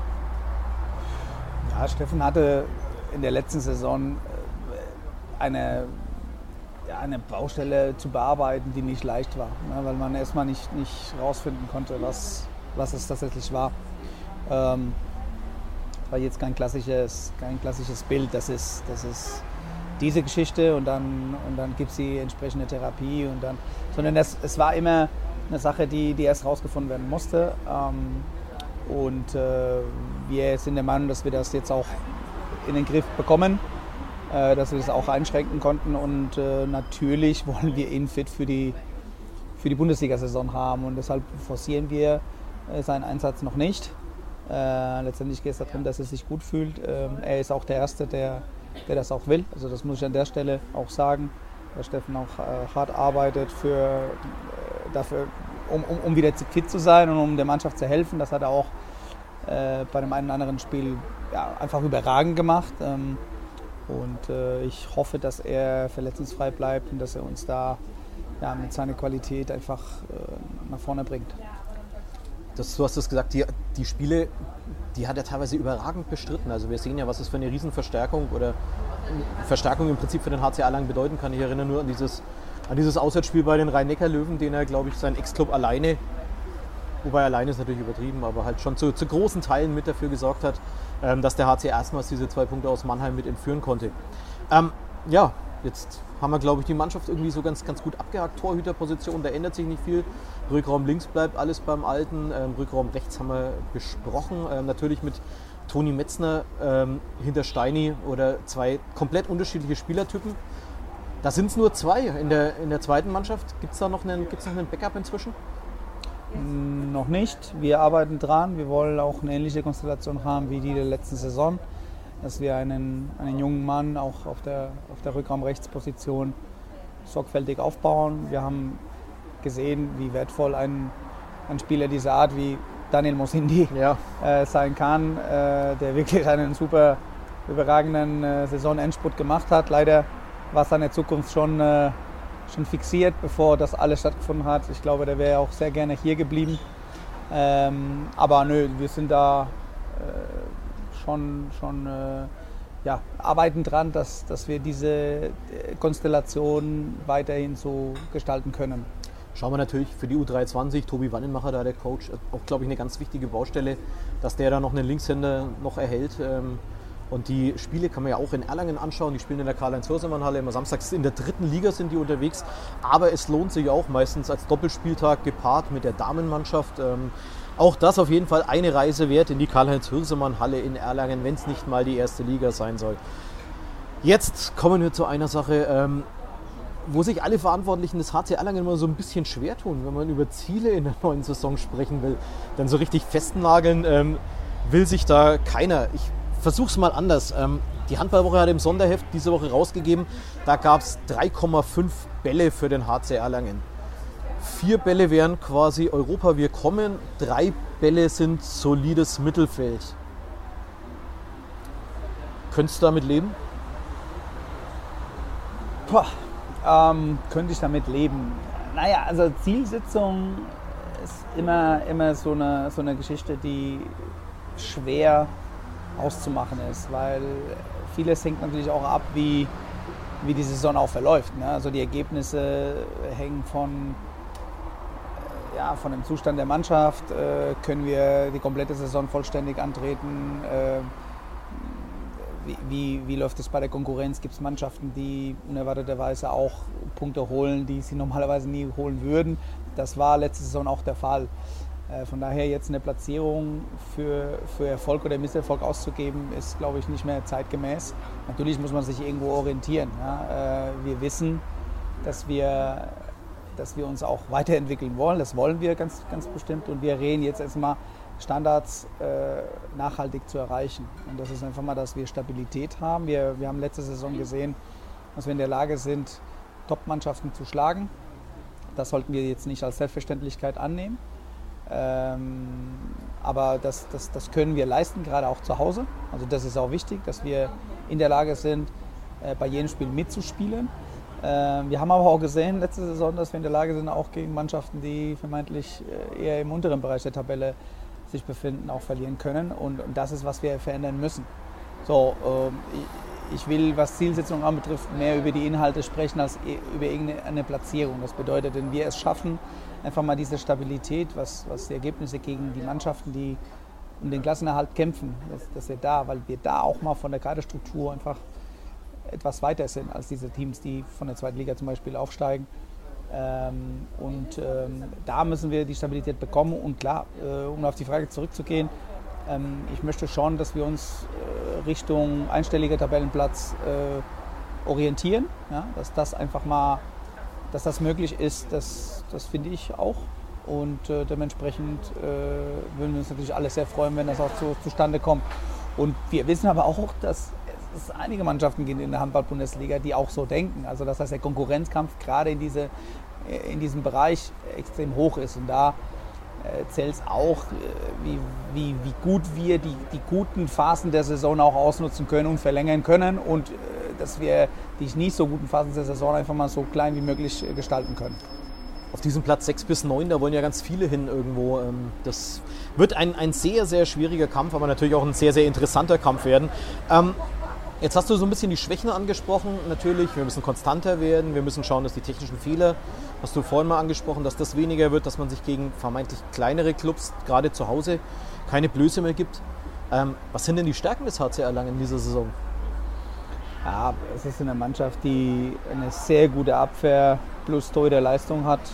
Ja, Steffen hatte in der letzten Saison eine, ja, eine Baustelle zu bearbeiten, die nicht leicht war, ne, weil man erstmal nicht, nicht rausfinden konnte, was, was es tatsächlich war. Ähm, war jetzt kein klassisches, kein klassisches Bild, das ist, das ist diese Geschichte und dann, und dann gibt es die entsprechende Therapie, und dann, sondern es, es war immer eine Sache, die, die erst rausgefunden werden musste. Ähm, und äh, wir sind der Meinung, dass wir das jetzt auch in den Griff bekommen, äh, dass wir das auch einschränken konnten und äh, natürlich wollen wir ihn fit für die, für die Bundesliga-Saison haben und deshalb forcieren wir äh, seinen Einsatz noch nicht. Äh, letztendlich geht es darum, dass er sich gut fühlt. Ähm, er ist auch der Erste, der, der das auch will. Also das muss ich an der Stelle auch sagen, dass Steffen auch äh, hart arbeitet für, äh, dafür, um, um, um wieder fit zu sein und um der Mannschaft zu helfen. Das hat er auch äh, bei dem einen oder anderen Spiel ja, einfach überragend gemacht. Ähm, und äh, ich hoffe, dass er verletzungsfrei bleibt und dass er uns da ja, mit seiner Qualität einfach äh, nach vorne bringt. Das, du hast es gesagt, die, die Spiele, die hat er teilweise überragend bestritten. Also wir sehen ja, was es für eine Riesenverstärkung oder Verstärkung im Prinzip für den H C Erlangen bedeuten kann. Ich erinnere nur an dieses, an dieses Auswärtsspiel bei den Rhein-Neckar-Löwen, den er, glaube ich, seinen Ex-Club alleine, wobei alleine ist natürlich übertrieben, aber halt schon zu, zu großen Teilen mit dafür gesorgt hat, ähm, dass der H C erstmals diese zwei Punkte aus Mannheim mit entführen konnte. Ähm, ja, jetzt haben wir, glaube ich, die Mannschaft irgendwie so ganz, ganz gut abgehakt. Torhüterposition, da ändert sich nicht viel. Rückraum links bleibt alles beim Alten. Ähm, Rückraum rechts haben wir besprochen. Ähm, natürlich mit Toni Metzner ähm, hinter Steini oder zwei komplett unterschiedliche Spielertypen. Da sind es nur zwei in der, in der zweiten Mannschaft. Gibt es da noch einen, gibt's noch einen Backup inzwischen? Noch nicht. Wir arbeiten dran. Wir wollen auch eine ähnliche Konstellation haben wie die der letzten Saison. Dass wir einen, einen jungen Mann auch auf der, auf der Rückraumrechtsposition sorgfältig aufbauen. Wir haben gesehen, wie wertvoll ein, ein Spieler dieser Art wie Daniel Mosindi ja. äh, sein kann, äh, der wirklich einen super überragenden äh, Saisonendspurt gemacht hat. Leider war seine Zukunft schon, äh, schon fixiert, bevor das alles stattgefunden hat. Ich glaube, der wäre auch sehr gerne hier geblieben. Ähm, aber nö, wir sind da äh, schon, schon äh, ja, arbeiten dran, dass, dass wir diese Konstellation weiterhin so gestalten können. Schauen wir natürlich für die U dreiundzwanzig, Tobi Wannenmacher, da der Coach, auch, glaube ich, eine ganz wichtige Baustelle, dass der da noch einen Linkshänder noch erhält. Ähm, Und die Spiele kann man ja auch in Erlangen anschauen. Die spielen in der Karl-Heinz-Hörsemann-Halle. Immer samstags in der dritten Liga sind die unterwegs. Aber es lohnt sich auch meistens als Doppelspieltag gepaart mit der Damenmannschaft. Ähm, auch das auf jeden Fall eine Reise wert in die Karl-Heinz-Hörsemann-Halle in Erlangen, wenn es nicht mal die erste Liga sein soll. Jetzt kommen wir zu einer Sache, ähm, wo sich alle Verantwortlichen des H C Erlangen immer so ein bisschen schwer tun, wenn man über Ziele in der neuen Saison sprechen will. Denn so richtig festnageln ähm, will sich da keiner. Ich versuche es mal anders. Ähm, die Handballwoche hat im Sonderheft diese Woche rausgegeben, da gab es drei Komma fünf Bälle für den H C Erlangen. Vier Bälle wären quasi Europa, wir kommen. Drei Bälle sind solides Mittelfeld. Könntest du damit leben? Boah. Ähm, könnte ich damit leben? Naja, also Zielsetzung ist immer, immer so, eine, so eine Geschichte, die schwer auszumachen ist, weil vieles hängt natürlich auch ab, wie, wie die Saison auch verläuft. Ne? Also die Ergebnisse hängen von, ja, von dem Zustand der Mannschaft. Äh, können wir die komplette Saison vollständig antreten? Äh, Wie, wie, wie läuft es bei der Konkurrenz? Gibt es Mannschaften, die unerwarteterweise auch Punkte holen, die sie normalerweise nie holen würden? Das war letzte Saison auch der Fall. Äh, von daher jetzt eine Platzierung für, für Erfolg oder Misserfolg auszugeben, ist, glaube ich, nicht mehr zeitgemäß. Natürlich muss man sich irgendwo orientieren. Ja? Äh, wir wissen, dass wir, dass wir uns auch weiterentwickeln wollen. Das wollen wir ganz, ganz bestimmt. Und wir reden jetzt erstmal Standards äh, nachhaltig zu erreichen. Und das ist einfach mal, dass wir Stabilität haben. Wir, wir haben letzte Saison gesehen, dass wir in der Lage sind, Top-Mannschaften zu schlagen. Das sollten wir jetzt nicht als Selbstverständlichkeit annehmen. Ähm, aber das, das, das können wir leisten, gerade auch zu Hause. Also das ist auch wichtig, dass wir in der Lage sind, äh, bei jedem Spiel mitzuspielen. Äh, wir haben aber auch gesehen letzte Saison, dass wir in der Lage sind, auch gegen Mannschaften, die vermeintlich äh, eher im unteren Bereich der Tabelle sich befinden, auch verlieren können. Und, und das ist, was wir verändern müssen. So, ähm, ich, ich will, was Zielsetzung anbetrifft, mehr über die Inhalte sprechen als über irgendeine Platzierung. Das bedeutet, wenn wir es schaffen, einfach mal diese Stabilität, was, was die Ergebnisse gegen die Mannschaften, die um den Klassenerhalt kämpfen, dass, dass wir da, weil wir da auch mal von der Kaderstruktur einfach etwas weiter sind als diese Teams, die von der zweiten Liga zum Beispiel aufsteigen. Ähm, und ähm, da müssen wir die Stabilität bekommen. Und klar, äh, um auf die Frage zurückzugehen, ähm, ich möchte schon, dass wir uns äh, Richtung einstelliger Tabellenplatz äh, orientieren. Ja? Dass das einfach mal, dass das möglich ist, das, das finde ich auch. Und äh, dementsprechend äh, würden wir uns natürlich alle sehr freuen, wenn das auch zu, zustande kommt. Und wir wissen aber auch, dass es einige Mannschaften gibt in der Handball-Bundesliga, die auch so denken. Also das heißt, der Konkurrenzkampf gerade in, diese, in diesem Bereich extrem hoch ist. Und da äh, zählt es auch, äh, wie, wie, wie gut wir die, die guten Phasen der Saison auch ausnutzen können und verlängern können. Und äh, dass wir die nicht so guten Phasen der Saison einfach mal so klein wie möglich äh, gestalten können. Auf diesem Platz sechs bis neun, da wollen ja ganz viele hin irgendwo. Das wird ein, ein sehr, sehr schwieriger Kampf, aber natürlich auch ein sehr, sehr interessanter Kampf werden. Ähm, jetzt hast du so ein bisschen die Schwächen angesprochen. Natürlich, wir müssen konstanter werden, wir müssen schauen, dass die technischen Fehler, hast du vorhin mal angesprochen, dass das weniger wird, dass man sich gegen vermeintlich kleinere Clubs, gerade zu Hause, keine Blöße mehr gibt. Ähm, was sind denn die Stärken des H C Erlangen in dieser Saison? Ja, es ist eine Mannschaft, die eine sehr gute Abwehr plus Torhüterleistung hat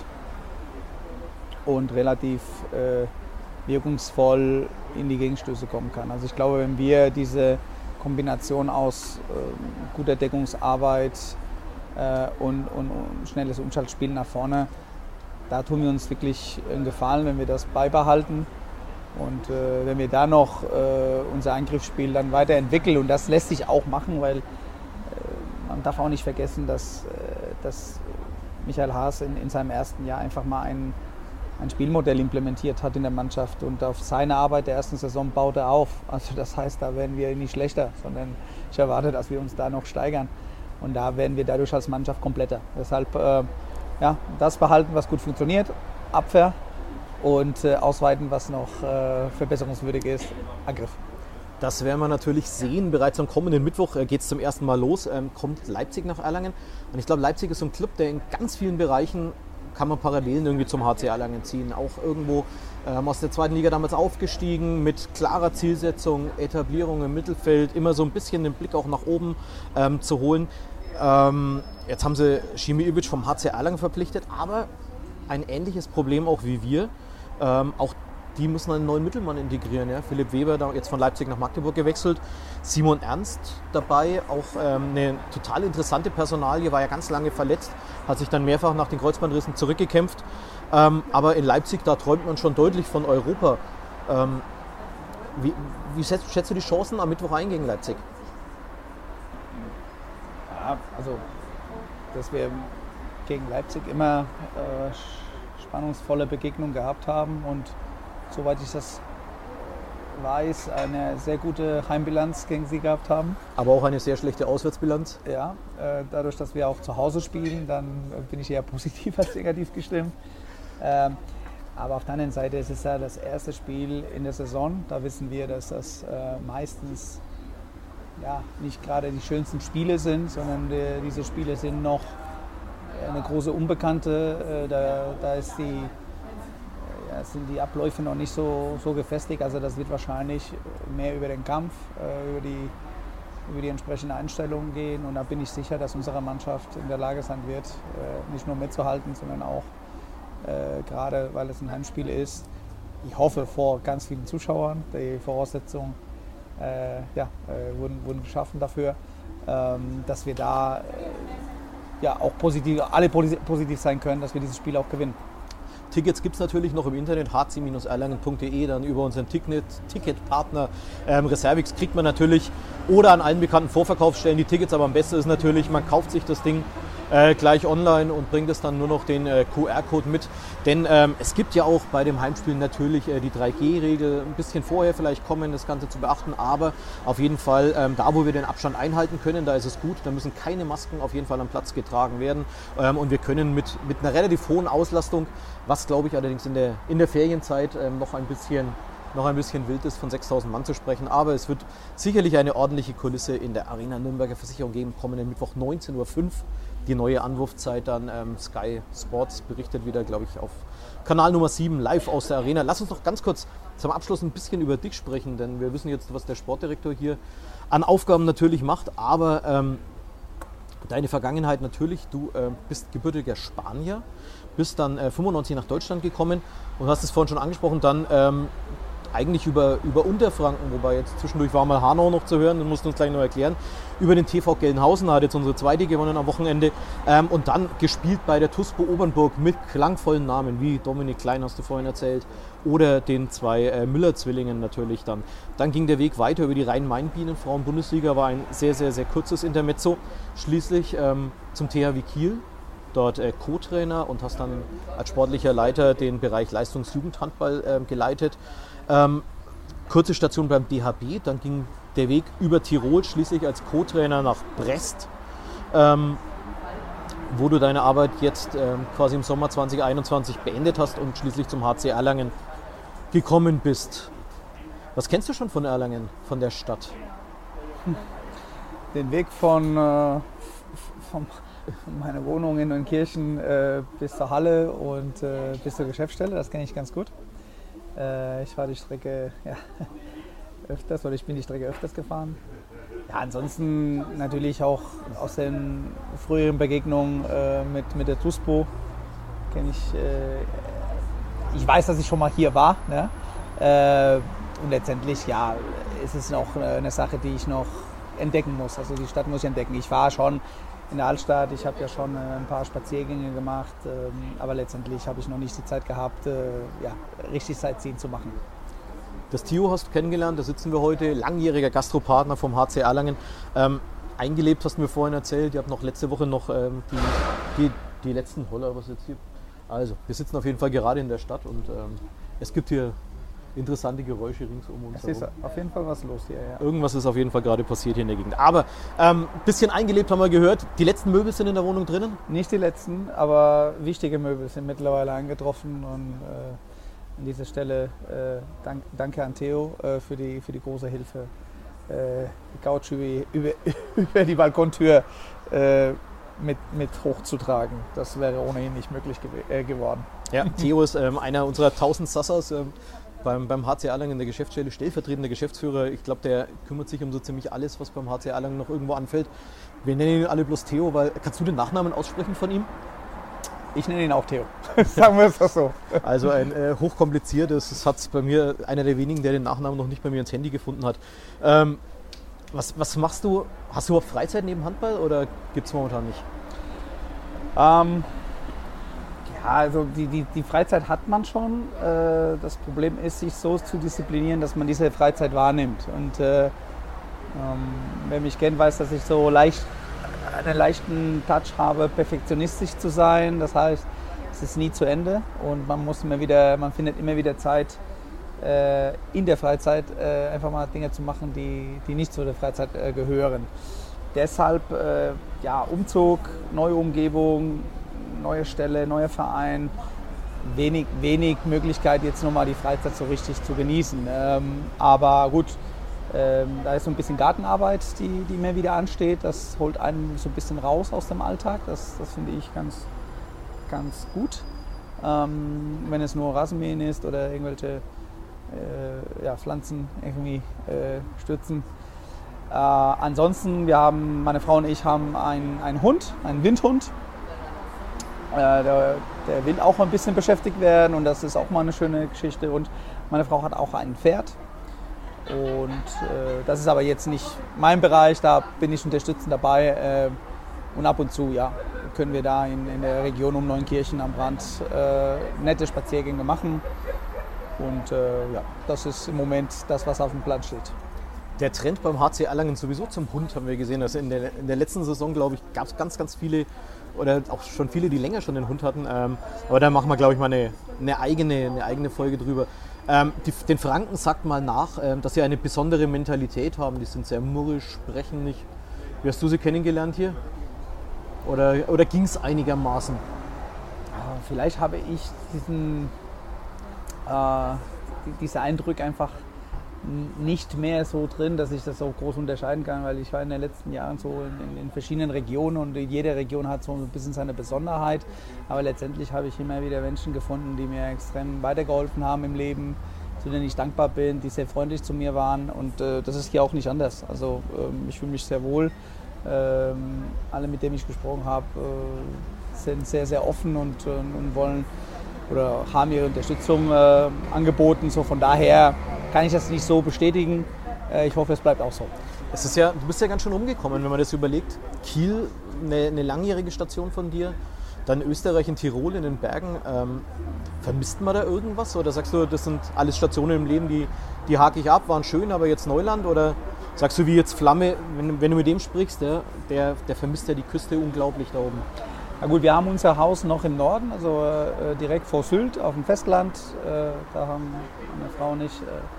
und relativ äh, wirkungsvoll in die Gegenstöße kommen kann. Also ich glaube, wenn wir diese Kombination aus äh, guter Deckungsarbeit äh, und, und, und schnelles Umschaltspiel nach vorne, da tun wir uns wirklich einen Gefallen, wenn wir das beibehalten. Und äh, wenn wir da noch äh, unser Eingriffsspiel dann weiterentwickeln, und das lässt sich auch machen, weil äh, man darf auch nicht vergessen, dass, äh, dass Michael Haas in, in seinem ersten Jahr einfach mal ein, ein Spielmodell implementiert hat in der Mannschaft, und auf seine Arbeit der ersten Saison baut er auf. Also das heißt, da werden wir nicht schlechter, sondern ich erwarte, dass wir uns da noch steigern, und da werden wir dadurch als Mannschaft kompletter. Deshalb äh, ja, das behalten, was gut funktioniert, Abwehr, und äh, ausweiten, was noch äh, verbesserungswürdig ist, Angriff. Das werden wir natürlich sehen. Bereits am kommenden Mittwoch äh, geht es zum ersten Mal los. Ähm, kommt Leipzig nach Erlangen. Und ich glaube, Leipzig ist so ein Club, der in ganz vielen Bereichen kann man Parallelen irgendwie zum H C Erlangen ziehen. Auch irgendwo ähm, aus der zweiten Liga damals aufgestiegen, mit klarer Zielsetzung, Etablierung im Mittelfeld, immer so ein bisschen den Blick auch nach oben ähm, zu holen. Ähm, jetzt haben sie Šime Ivić vom H C Erlangen verpflichtet, aber ein ähnliches Problem auch wie wir. Ähm, auch die müssen einen neuen Mittelmann integrieren. Ja? Philipp Weber, da jetzt von Leipzig nach Magdeburg gewechselt. Simon Ernst dabei, auch ähm, eine total interessante Personalie, war ja ganz lange verletzt, hat sich dann mehrfach nach den Kreuzbandrissen zurückgekämpft. Ähm, aber in Leipzig, da träumt man schon deutlich von Europa. Ähm, wie, wie schätzt, schätzt du die Chancen am Mittwoch ein gegen Leipzig? Ja, also, dass wir gegen Leipzig immer äh, spannungsvolle Begegnungen gehabt haben und soweit ich das weiß, eine sehr gute Heimbilanz gegen sie gehabt haben. Aber auch eine sehr schlechte Auswärtsbilanz? Ja, äh, dadurch, dass wir auch zu Hause spielen, dann bin ich eher positiv als negativ gestimmt. Ähm, aber auf der anderen Seite ist es ja das erste Spiel in der Saison. Da wissen wir, dass das äh, meistens ja, nicht gerade die schönsten Spiele sind, sondern die, diese Spiele sind noch eine große Unbekannte. Äh, da, da ist die Ja, sind die Abläufe noch nicht so, so gefestigt. Also das wird wahrscheinlich mehr über den Kampf, äh, über, die, über die entsprechende Einstellung gehen. Und da bin ich sicher, dass unsere Mannschaft in der Lage sein wird, äh, nicht nur mitzuhalten, sondern auch, äh, gerade weil es ein Heimspiel ist, ich hoffe vor ganz vielen Zuschauern. Die Voraussetzungen äh, ja, äh, wurden, wurden geschaffen dafür, ähm, dass wir da äh, ja, auch positiv, alle positiv sein können, dass wir dieses Spiel auch gewinnen. Tickets gibt es natürlich noch im Internet, h c erlangen punkt d e, dann über unseren Ticket, Ticketpartner ähm, Reservix kriegt man natürlich oder an allen bekannten Vorverkaufsstellen die Tickets, aber am besten ist natürlich, man kauft sich das Ding äh, gleich online und bringt es dann nur noch den äh, Q R-Code mit, denn ähm, es gibt ja auch bei dem Heimspiel natürlich äh, die drei G Regel, ein bisschen vorher vielleicht kommen, das Ganze zu beachten, aber auf jeden Fall ähm, da, wo wir den Abstand einhalten können, da ist es gut, da müssen keine Masken auf jeden Fall am Platz getragen werden ähm, und wir können mit, mit einer relativ hohen Auslastung, was glaube ich allerdings in der, in der Ferienzeit ähm, noch, ein bisschen, noch ein bisschen wild ist, von sechstausend Mann zu sprechen. Aber es wird sicherlich eine ordentliche Kulisse in der Arena Nürnberger Versicherung geben. Kommenden Mittwoch neunzehn Uhr fünf, die neue Anwurfzeit dann. Ähm, Sky Sports berichtet wieder, glaube ich, auf Kanal Nummer sieben live aus der Arena. Lass uns noch ganz kurz zum Abschluss ein bisschen über dich sprechen, denn wir wissen jetzt, was der Sportdirektor hier an Aufgaben natürlich macht. Aber ähm, deine Vergangenheit natürlich, du äh, bist gebürtiger Spanier. Bist dann äh, fünfundneunzig nach Deutschland gekommen und hast es vorhin schon angesprochen, dann ähm, eigentlich über, über Unterfranken, wobei jetzt zwischendurch war mal Hanau noch zu hören, das musst du uns gleich noch erklären, über den T V Gelnhausen, hat jetzt unsere zweite gewonnen am Wochenende ähm, und dann gespielt bei der T U S P O Obernburg mit klangvollen Namen wie Dominik Klein, hast du vorhin erzählt, oder den zwei äh, Müller-Zwillingen natürlich dann. Dann ging der Weg weiter über die Rhein-Main-Bienen, Frauen-Bundesliga, war ein sehr, sehr, sehr kurzes Intermezzo, schließlich ähm, zum T H W Kiel. Dort äh, Co-Trainer und hast dann als sportlicher Leiter den Bereich Leistungsjugendhandball äh, geleitet. Ähm, kurze Station beim D H B, dann ging der Weg über Tirol, schließlich als Co-Trainer nach Brest, ähm, wo du deine Arbeit jetzt ähm, quasi im Sommer zwanzig einundzwanzig beendet hast und schließlich zum H C Erlangen gekommen bist. Was kennst du schon von Erlangen, von der Stadt? Den Weg von, äh, vom meine Wohnung in Neunkirchen äh, bis zur Halle und äh, bis zur Geschäftsstelle, das kenne ich ganz gut. Äh, ich fahre die Strecke ja, öfters, oder ich bin die Strecke öfters gefahren. Ja, ansonsten natürlich auch aus den früheren Begegnungen äh, mit, mit der T U S P O kenne ich, äh, ich weiß, dass ich schon mal hier war. Ne? Äh, und letztendlich, ja, ist es noch eine Sache, die ich noch entdecken muss. Also die Stadt muss ich entdecken. Ich war schon in der Altstadt, ich habe ja schon ein paar Spaziergänge gemacht, aber letztendlich habe ich noch nicht die Zeit gehabt, ja, richtig Sightseeing zu machen. Das Tio hast du kennengelernt, da sitzen wir heute, langjähriger Gastropartner vom H C Erlangen. Ähm, eingelebt hast du mir vorhin erzählt, ihr habt noch letzte Woche noch ähm, die, die, die letzten Holler, was jetzt hier. Also, wir sitzen auf jeden Fall gerade in der Stadt und ähm, es gibt hier interessante Geräusche rings um uns. Es ist auf jeden Fall was los hier, ja. Irgendwas ist auf jeden Fall gerade passiert hier in der Gegend. Aber ein ähm, bisschen eingelebt haben wir gehört. Die letzten Möbel sind in der Wohnung drinnen? Nicht die letzten, aber wichtige Möbel sind mittlerweile eingetroffen. Und äh, an dieser Stelle äh, dank, danke an Theo äh, für, die, für die große Hilfe. Äh, die Couch über, über, über die Balkontür äh, mit, mit hochzutragen. Das wäre ohnehin nicht möglich gew- äh, geworden. Ja, Theo ist ähm, einer unserer tausend Sassas ähm, beim, beim H C Erlangen in der Geschäftsstelle, stellvertretender Geschäftsführer. Ich glaube, der kümmert sich um so ziemlich alles, was beim H C Erlangen noch irgendwo anfällt. Wir nennen ihn alle bloß Theo, weil kannst du den Nachnamen aussprechen von ihm? Ich nenne ihn auch Theo. Sagen wir es doch so. Also ein äh, hochkompliziertes, das hat bei mir einer der wenigen, der den Nachnamen noch nicht bei mir ins Handy gefunden hat. Ähm, was, was machst du? Hast du überhaupt Freizeit neben Handball oder gibt es momentan nicht? Ähm, ja, also die, die, die Freizeit hat man schon. Äh, das Problem ist, sich so zu disziplinieren, dass man diese Freizeit wahrnimmt. Und äh, ähm, wer mich kennt, weiß, dass ich so leicht einen leichten Touch habe, perfektionistisch zu sein. Das heißt, es ist nie zu Ende und man muss immer wieder, man findet immer wieder Zeit, äh, in der Freizeit äh, einfach mal Dinge zu machen, die, die nicht zu der Freizeit äh, gehören. Deshalb äh, ja, Umzug, neue Umgebung, neue Stelle, neuer Verein, wenig, wenig Möglichkeit jetzt nochmal die Freizeit so richtig zu genießen. Ähm, aber gut, ähm, da ist so ein bisschen Gartenarbeit, die, die mir wieder ansteht. Das holt einen so ein bisschen raus aus dem Alltag. Das, das finde ich ganz, ganz gut. Ähm, wenn es nur Rasenmähen ist oder irgendwelche äh, ja, Pflanzen irgendwie äh, stürzen. Äh, ansonsten, wir haben, meine Frau und ich haben einen, einen Hund, einen Windhund. Äh, der, der will auch ein bisschen beschäftigt werden und das ist auch mal eine schöne Geschichte. Und meine Frau hat auch ein Pferd. Und äh, das ist aber jetzt nicht mein Bereich, da bin ich unterstützend dabei. Äh, und ab und zu ja, können wir da in, in der Region um Neunkirchen am Rand äh, nette Spaziergänge machen. Und äh, ja, das ist im Moment das, was auf dem Plan steht. Der Trend beim H C Erlangen sowieso zum Hund haben wir gesehen. Also in der, in der letzten Saison, glaube ich, gab es ganz, ganz viele oder auch schon viele, die länger schon den Hund hatten. Ähm, aber da machen wir, glaube ich, mal eine, eine, eigene, eine eigene Folge drüber. Ähm, die, den Franken sagt mal nach, ähm, dass sie eine besondere Mentalität haben. Die sind sehr murrisch, sprechen nicht. Wie hast du sie kennengelernt hier? Oder, oder ging es einigermaßen? Ja, vielleicht habe ich diesen, äh, diese Eindrücke einfach nicht mehr so drin, dass ich das so groß unterscheiden kann, weil ich war in den letzten Jahren so in, in verschiedenen Regionen und jede Region hat so ein bisschen seine Besonderheit, aber letztendlich habe ich immer wieder Menschen gefunden, die mir extrem weitergeholfen haben im Leben, zu denen ich dankbar bin, die sehr freundlich zu mir waren und äh, das ist hier auch nicht anders. Also ähm, ich fühle mich sehr wohl. Ähm, alle, mit denen ich gesprochen habe, äh, sind sehr, sehr offen und, äh, und wollen oder haben ihre Unterstützung äh, angeboten. So von daher kann ich das nicht so bestätigen. Äh, ich hoffe, es bleibt auch so. Es ist ja, du bist ja ganz schön rumgekommen, wenn man das überlegt. Kiel, eine, eine langjährige Station von dir, dann Österreich in Tirol, in den Bergen. Ähm, vermisst man da irgendwas? Oder sagst du, das sind alles Stationen im Leben, die, die hake ich ab, waren schön, aber jetzt Neuland? Oder sagst du wie jetzt Flamme, wenn, wenn du mit dem sprichst, der, der, der vermisst ja die Küste unglaublich da oben? Na gut, wir haben unser Haus noch im Norden, also äh, direkt vor Sylt auf dem Festland. Äh, da haben meine Frau und ich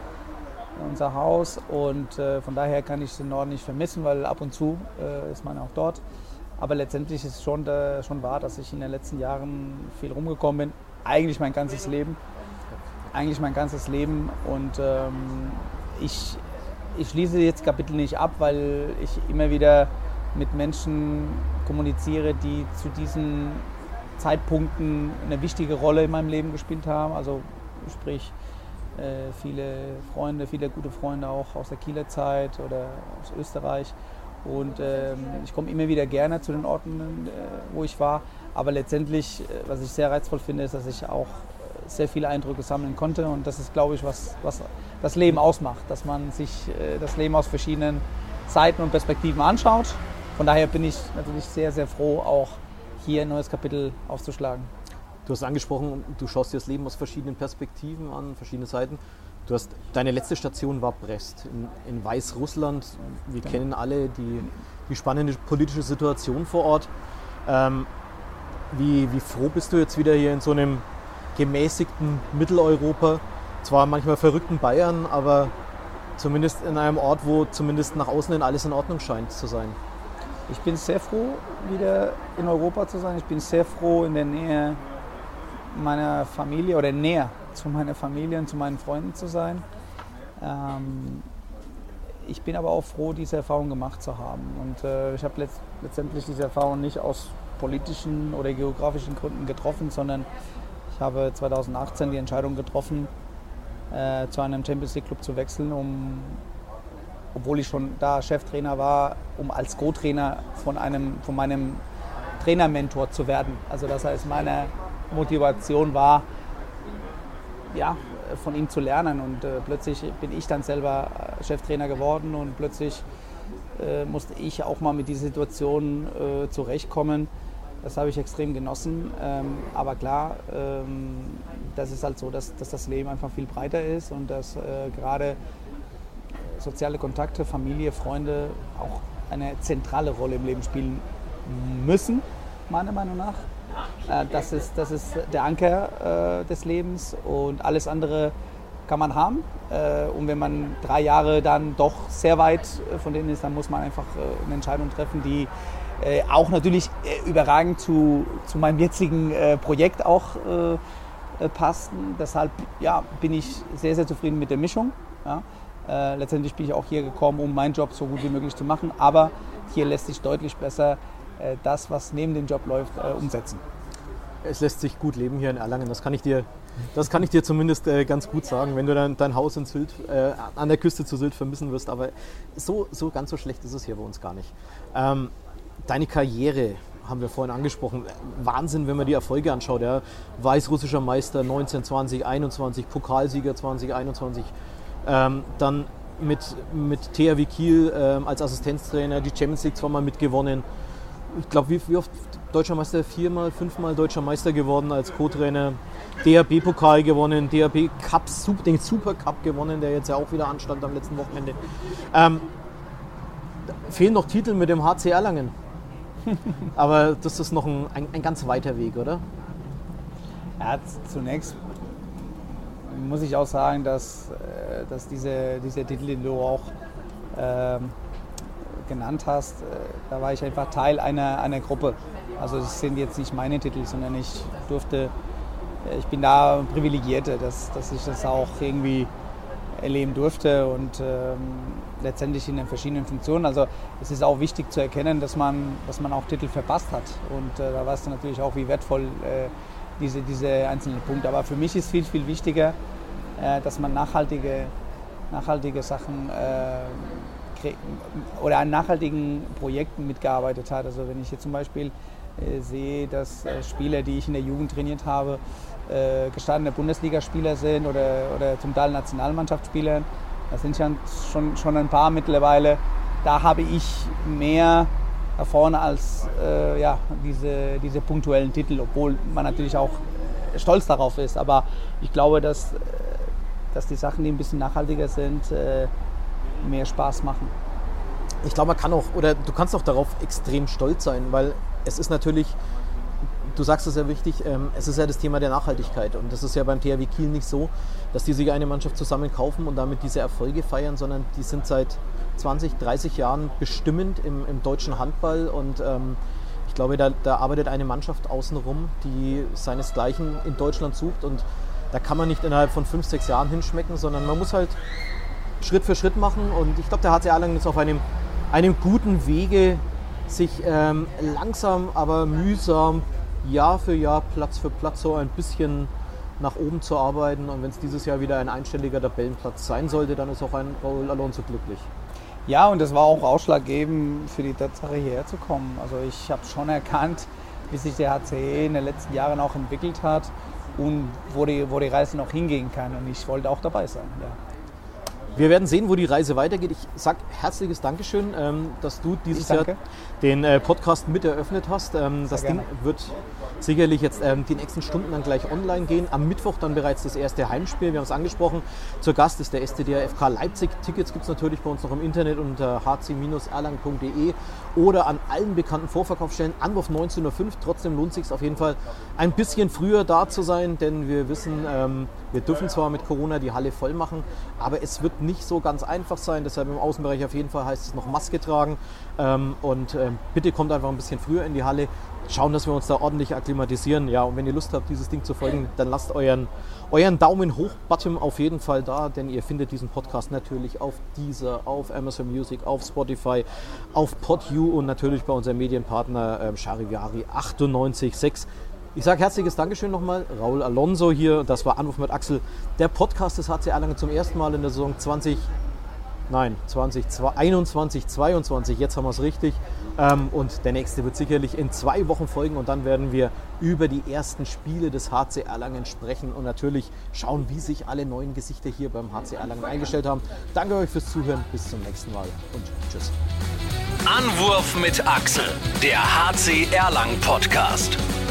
äh, unser Haus und äh, von daher kann ich den Norden nicht vermissen, weil ab und zu äh, ist man auch dort. Aber letztendlich ist es schon, äh, schon wahr, dass ich in den letzten Jahren viel rumgekommen bin. Eigentlich mein ganzes Leben. Eigentlich mein ganzes Leben und ähm, ich, ich schließe jetzt Kapitel nicht ab, weil ich immer wieder mit Menschen kommuniziere, die zu diesen Zeitpunkten eine wichtige Rolle in meinem Leben gespielt haben. Also sprich äh, viele Freunde, viele gute Freunde auch aus der Kieler Zeit oder aus Österreich. Und ähm, ich komme immer wieder gerne zu den Orten, äh, wo ich war. Aber letztendlich, äh, was ich sehr reizvoll finde, ist, dass ich auch sehr viele Eindrücke sammeln konnte. Und das ist, glaube ich, was, was das Leben ausmacht, dass man sich äh, das Leben aus verschiedenen Seiten und Perspektiven anschaut. Von daher bin ich natürlich sehr, sehr froh, auch hier ein neues Kapitel aufzuschlagen. Du hast angesprochen, du schaust dir das Leben aus verschiedenen Perspektiven an, verschiedene Seiten. Du hast, deine letzte Station war Brest in, in Weißrussland. Wir ja. kennen alle die, die spannende politische Situation vor Ort. Ähm, wie, wie froh bist du jetzt wieder hier in so einem gemäßigten Mitteleuropa? Zwar manchmal verrückten Bayern, aber zumindest in einem Ort, wo zumindest nach außen hin alles in Ordnung scheint zu sein. Ich bin sehr froh, wieder in Europa zu sein. Ich bin sehr froh, in der Nähe meiner Familie oder näher zu meiner Familie und zu meinen Freunden zu sein. Ähm, ich bin aber auch froh, diese Erfahrung gemacht zu haben. Und äh, ich habe letzt, letztendlich diese Erfahrung nicht aus politischen oder geografischen Gründen getroffen, sondern ich habe zweitausendachtzehn die Entscheidung getroffen, äh, zu einem Champions League Club zu wechseln, um, obwohl ich schon da Cheftrainer war, um als Co-Trainer von, einem, von meinem Trainermentor zu werden. Also das heißt, meine Motivation war, ja, von ihm zu lernen. Und äh, plötzlich bin ich dann selber Cheftrainer geworden und plötzlich äh, musste ich auch mal mit dieser Situation äh, zurechtkommen. Das habe ich extrem genossen. Ähm, aber klar, ähm, das ist halt so, dass, dass das Leben einfach viel breiter ist und dass äh, gerade soziale Kontakte, Familie, Freunde auch eine zentrale Rolle im Leben spielen müssen, meiner Meinung nach. Äh, das ist, das ist der Anker äh, des Lebens und alles andere kann man haben. Äh, und wenn man drei Jahre dann doch sehr weit von denen ist, dann muss man einfach äh, eine Entscheidung treffen, die äh, auch natürlich äh, überragend zu, zu meinem jetzigen äh, Projekt auch äh, passt. Deshalb ja, bin ich sehr, sehr zufrieden mit der Mischung. Ja. Äh, letztendlich bin ich auch hier gekommen, um meinen Job so gut wie möglich zu machen. Aber hier lässt sich deutlich besser äh, das, was neben dem Job läuft, äh, umsetzen. Es lässt sich gut leben hier in Erlangen, das kann ich dir, das kann ich dir zumindest äh, ganz gut sagen, wenn du dann dein Haus in Sylt, äh, an der Küste zu Sylt vermissen wirst. Aber so, so ganz so schlecht ist es hier bei uns gar nicht. Ähm, deine Karriere haben wir vorhin angesprochen. Wahnsinn, wenn man die Erfolge anschaut. Ja. Weißrussischer Meister neunzehn, zwanzig, einundzwanzig, Pokalsieger zwanzig einundzwanzig. Ähm, dann mit, mit T H W Kiel ähm, als Assistenztrainer die Champions League zweimal mitgewonnen. Ich glaube, wie, wie oft Deutscher Meister? Viermal, fünfmal Deutscher Meister geworden als Co-Trainer. D H B-Pokal gewonnen, D H B-Cup, den Supercup gewonnen, der jetzt ja auch wieder anstand am letzten Wochenende. Ähm, fehlen noch Titel mit dem H C Erlangen. Aber das ist noch ein, ein, ein ganz weiter Weg, oder? Ja, zunächst muss ich auch sagen, dass, dass diese, diese Titel, die du auch ähm, genannt hast, da war ich einfach Teil einer, einer Gruppe. Also das sind jetzt nicht meine Titel, sondern ich durfte, ich bin da Privilegierte, dass, dass ich das auch irgendwie erleben durfte und ähm, letztendlich in den verschiedenen Funktionen. Also es ist auch wichtig zu erkennen, dass man, dass man auch Titel verpasst hat. Und äh, da weißt du natürlich auch, wie wertvoll äh, diese, diese einzelnen Punkte. Aber für mich ist viel, viel wichtiger, äh, dass man nachhaltige, nachhaltige Sachen äh, oder an nachhaltigen Projekten mitgearbeitet hat. Also wenn ich jetzt zum Beispiel äh, sehe, dass äh, Spieler, die ich in der Jugend trainiert habe, äh, gestandene Bundesligaspieler sind oder, oder zum Teil Nationalmannschaftsspieler, das sind schon, schon ein paar mittlerweile. Da habe ich mehr erfahren als äh, ja, diese, diese punktuellen Titel, obwohl man natürlich auch stolz darauf ist. Aber ich glaube, dass, dass die Sachen, die ein bisschen nachhaltiger sind, äh, mehr Spaß machen. Ich glaube, man kann auch, oder du kannst auch darauf extrem stolz sein, weil es ist natürlich, du sagst es ja wichtig, ähm, es ist ja das Thema der Nachhaltigkeit und das ist ja beim T H W Kiel nicht so, dass die sich eine Mannschaft zusammen kaufen und damit diese Erfolge feiern, sondern die sind seit zwanzig, dreißig Jahren bestimmend im, im deutschen Handball und ähm, ich glaube, da, da arbeitet eine Mannschaft außenrum, die seinesgleichen in Deutschland sucht und da kann man nicht innerhalb von fünf, sechs Jahren hinschmecken, sondern man muss halt Schritt für Schritt machen und ich glaube, der H C Erlangen ist auf einem, einem guten Wege, sich ähm, langsam, aber mühsam Jahr für Jahr, Platz für Platz so ein bisschen nach oben zu arbeiten. Und wenn es dieses Jahr wieder ein einstelliger Tabellenplatz sein sollte, dann ist auch ein Raul Alonso glücklich. Ja, und das war auch ausschlaggebend für die Tatsache, hierher zu kommen. Also ich habe schon erkannt, wie sich der H C in den letzten Jahren auch entwickelt hat und wo die, wo die Reise noch hingehen kann. Und ich wollte auch dabei sein. Ja. Wir werden sehen, wo die Reise weitergeht. Ich sage herzliches Dankeschön, ähm, dass du dieses Jahr den äh, Podcast mit eröffnet hast. Ähm, das Ding wird sicherlich jetzt ähm, die nächsten Stunden dann gleich online gehen. Am Mittwoch dann bereits das erste Heimspiel. Wir haben es angesprochen. Zu Gast ist der S C D R F K Leipzig. Tickets gibt es natürlich bei uns noch im Internet unter h c erlangen punkt d e oder an allen bekannten Vorverkaufsstellen. Anwurf neunzehn Uhr fünf. Trotzdem lohnt es sich auf jeden Fall ein bisschen früher da zu sein, denn wir wissen, ähm, wir dürfen zwar mit Corona die Halle voll machen, aber es wird nicht so ganz einfach sein, deshalb im Außenbereich auf jeden Fall heißt es noch Maske tragen. Ähm, und ähm, bitte kommt einfach ein bisschen früher in die Halle, schauen, dass wir uns da ordentlich akklimatisieren. Ja, und wenn ihr Lust habt, dieses Ding zu folgen, dann lasst euren, euren Daumen hoch-Button auf jeden Fall da, denn ihr findet diesen Podcast natürlich auf Deezer, auf Amazon Music, auf Spotify, auf PodU und natürlich bei unserem Medienpartner ähm, Charivari achtundneunzig Komma sechs. Ich sage herzliches Dankeschön nochmal, Raul Alonso hier, das war Anruf mit Axel, der Podcast des H C Erlangen zum ersten Mal in der Saison zwanzig, nein, zwanzig einundzwanzig, zweiundzwanzig, jetzt haben wir es richtig. Ähm, und der nächste wird sicherlich in zwei Wochen folgen und dann werden wir über die ersten Spiele des H C Erlangen sprechen und natürlich schauen, wie sich alle neuen Gesichter hier beim H C Erlangen eingestellt haben. Danke euch fürs Zuhören, bis zum nächsten Mal und tschüss. Anwurf mit Axel, der H C Erlangen Podcast.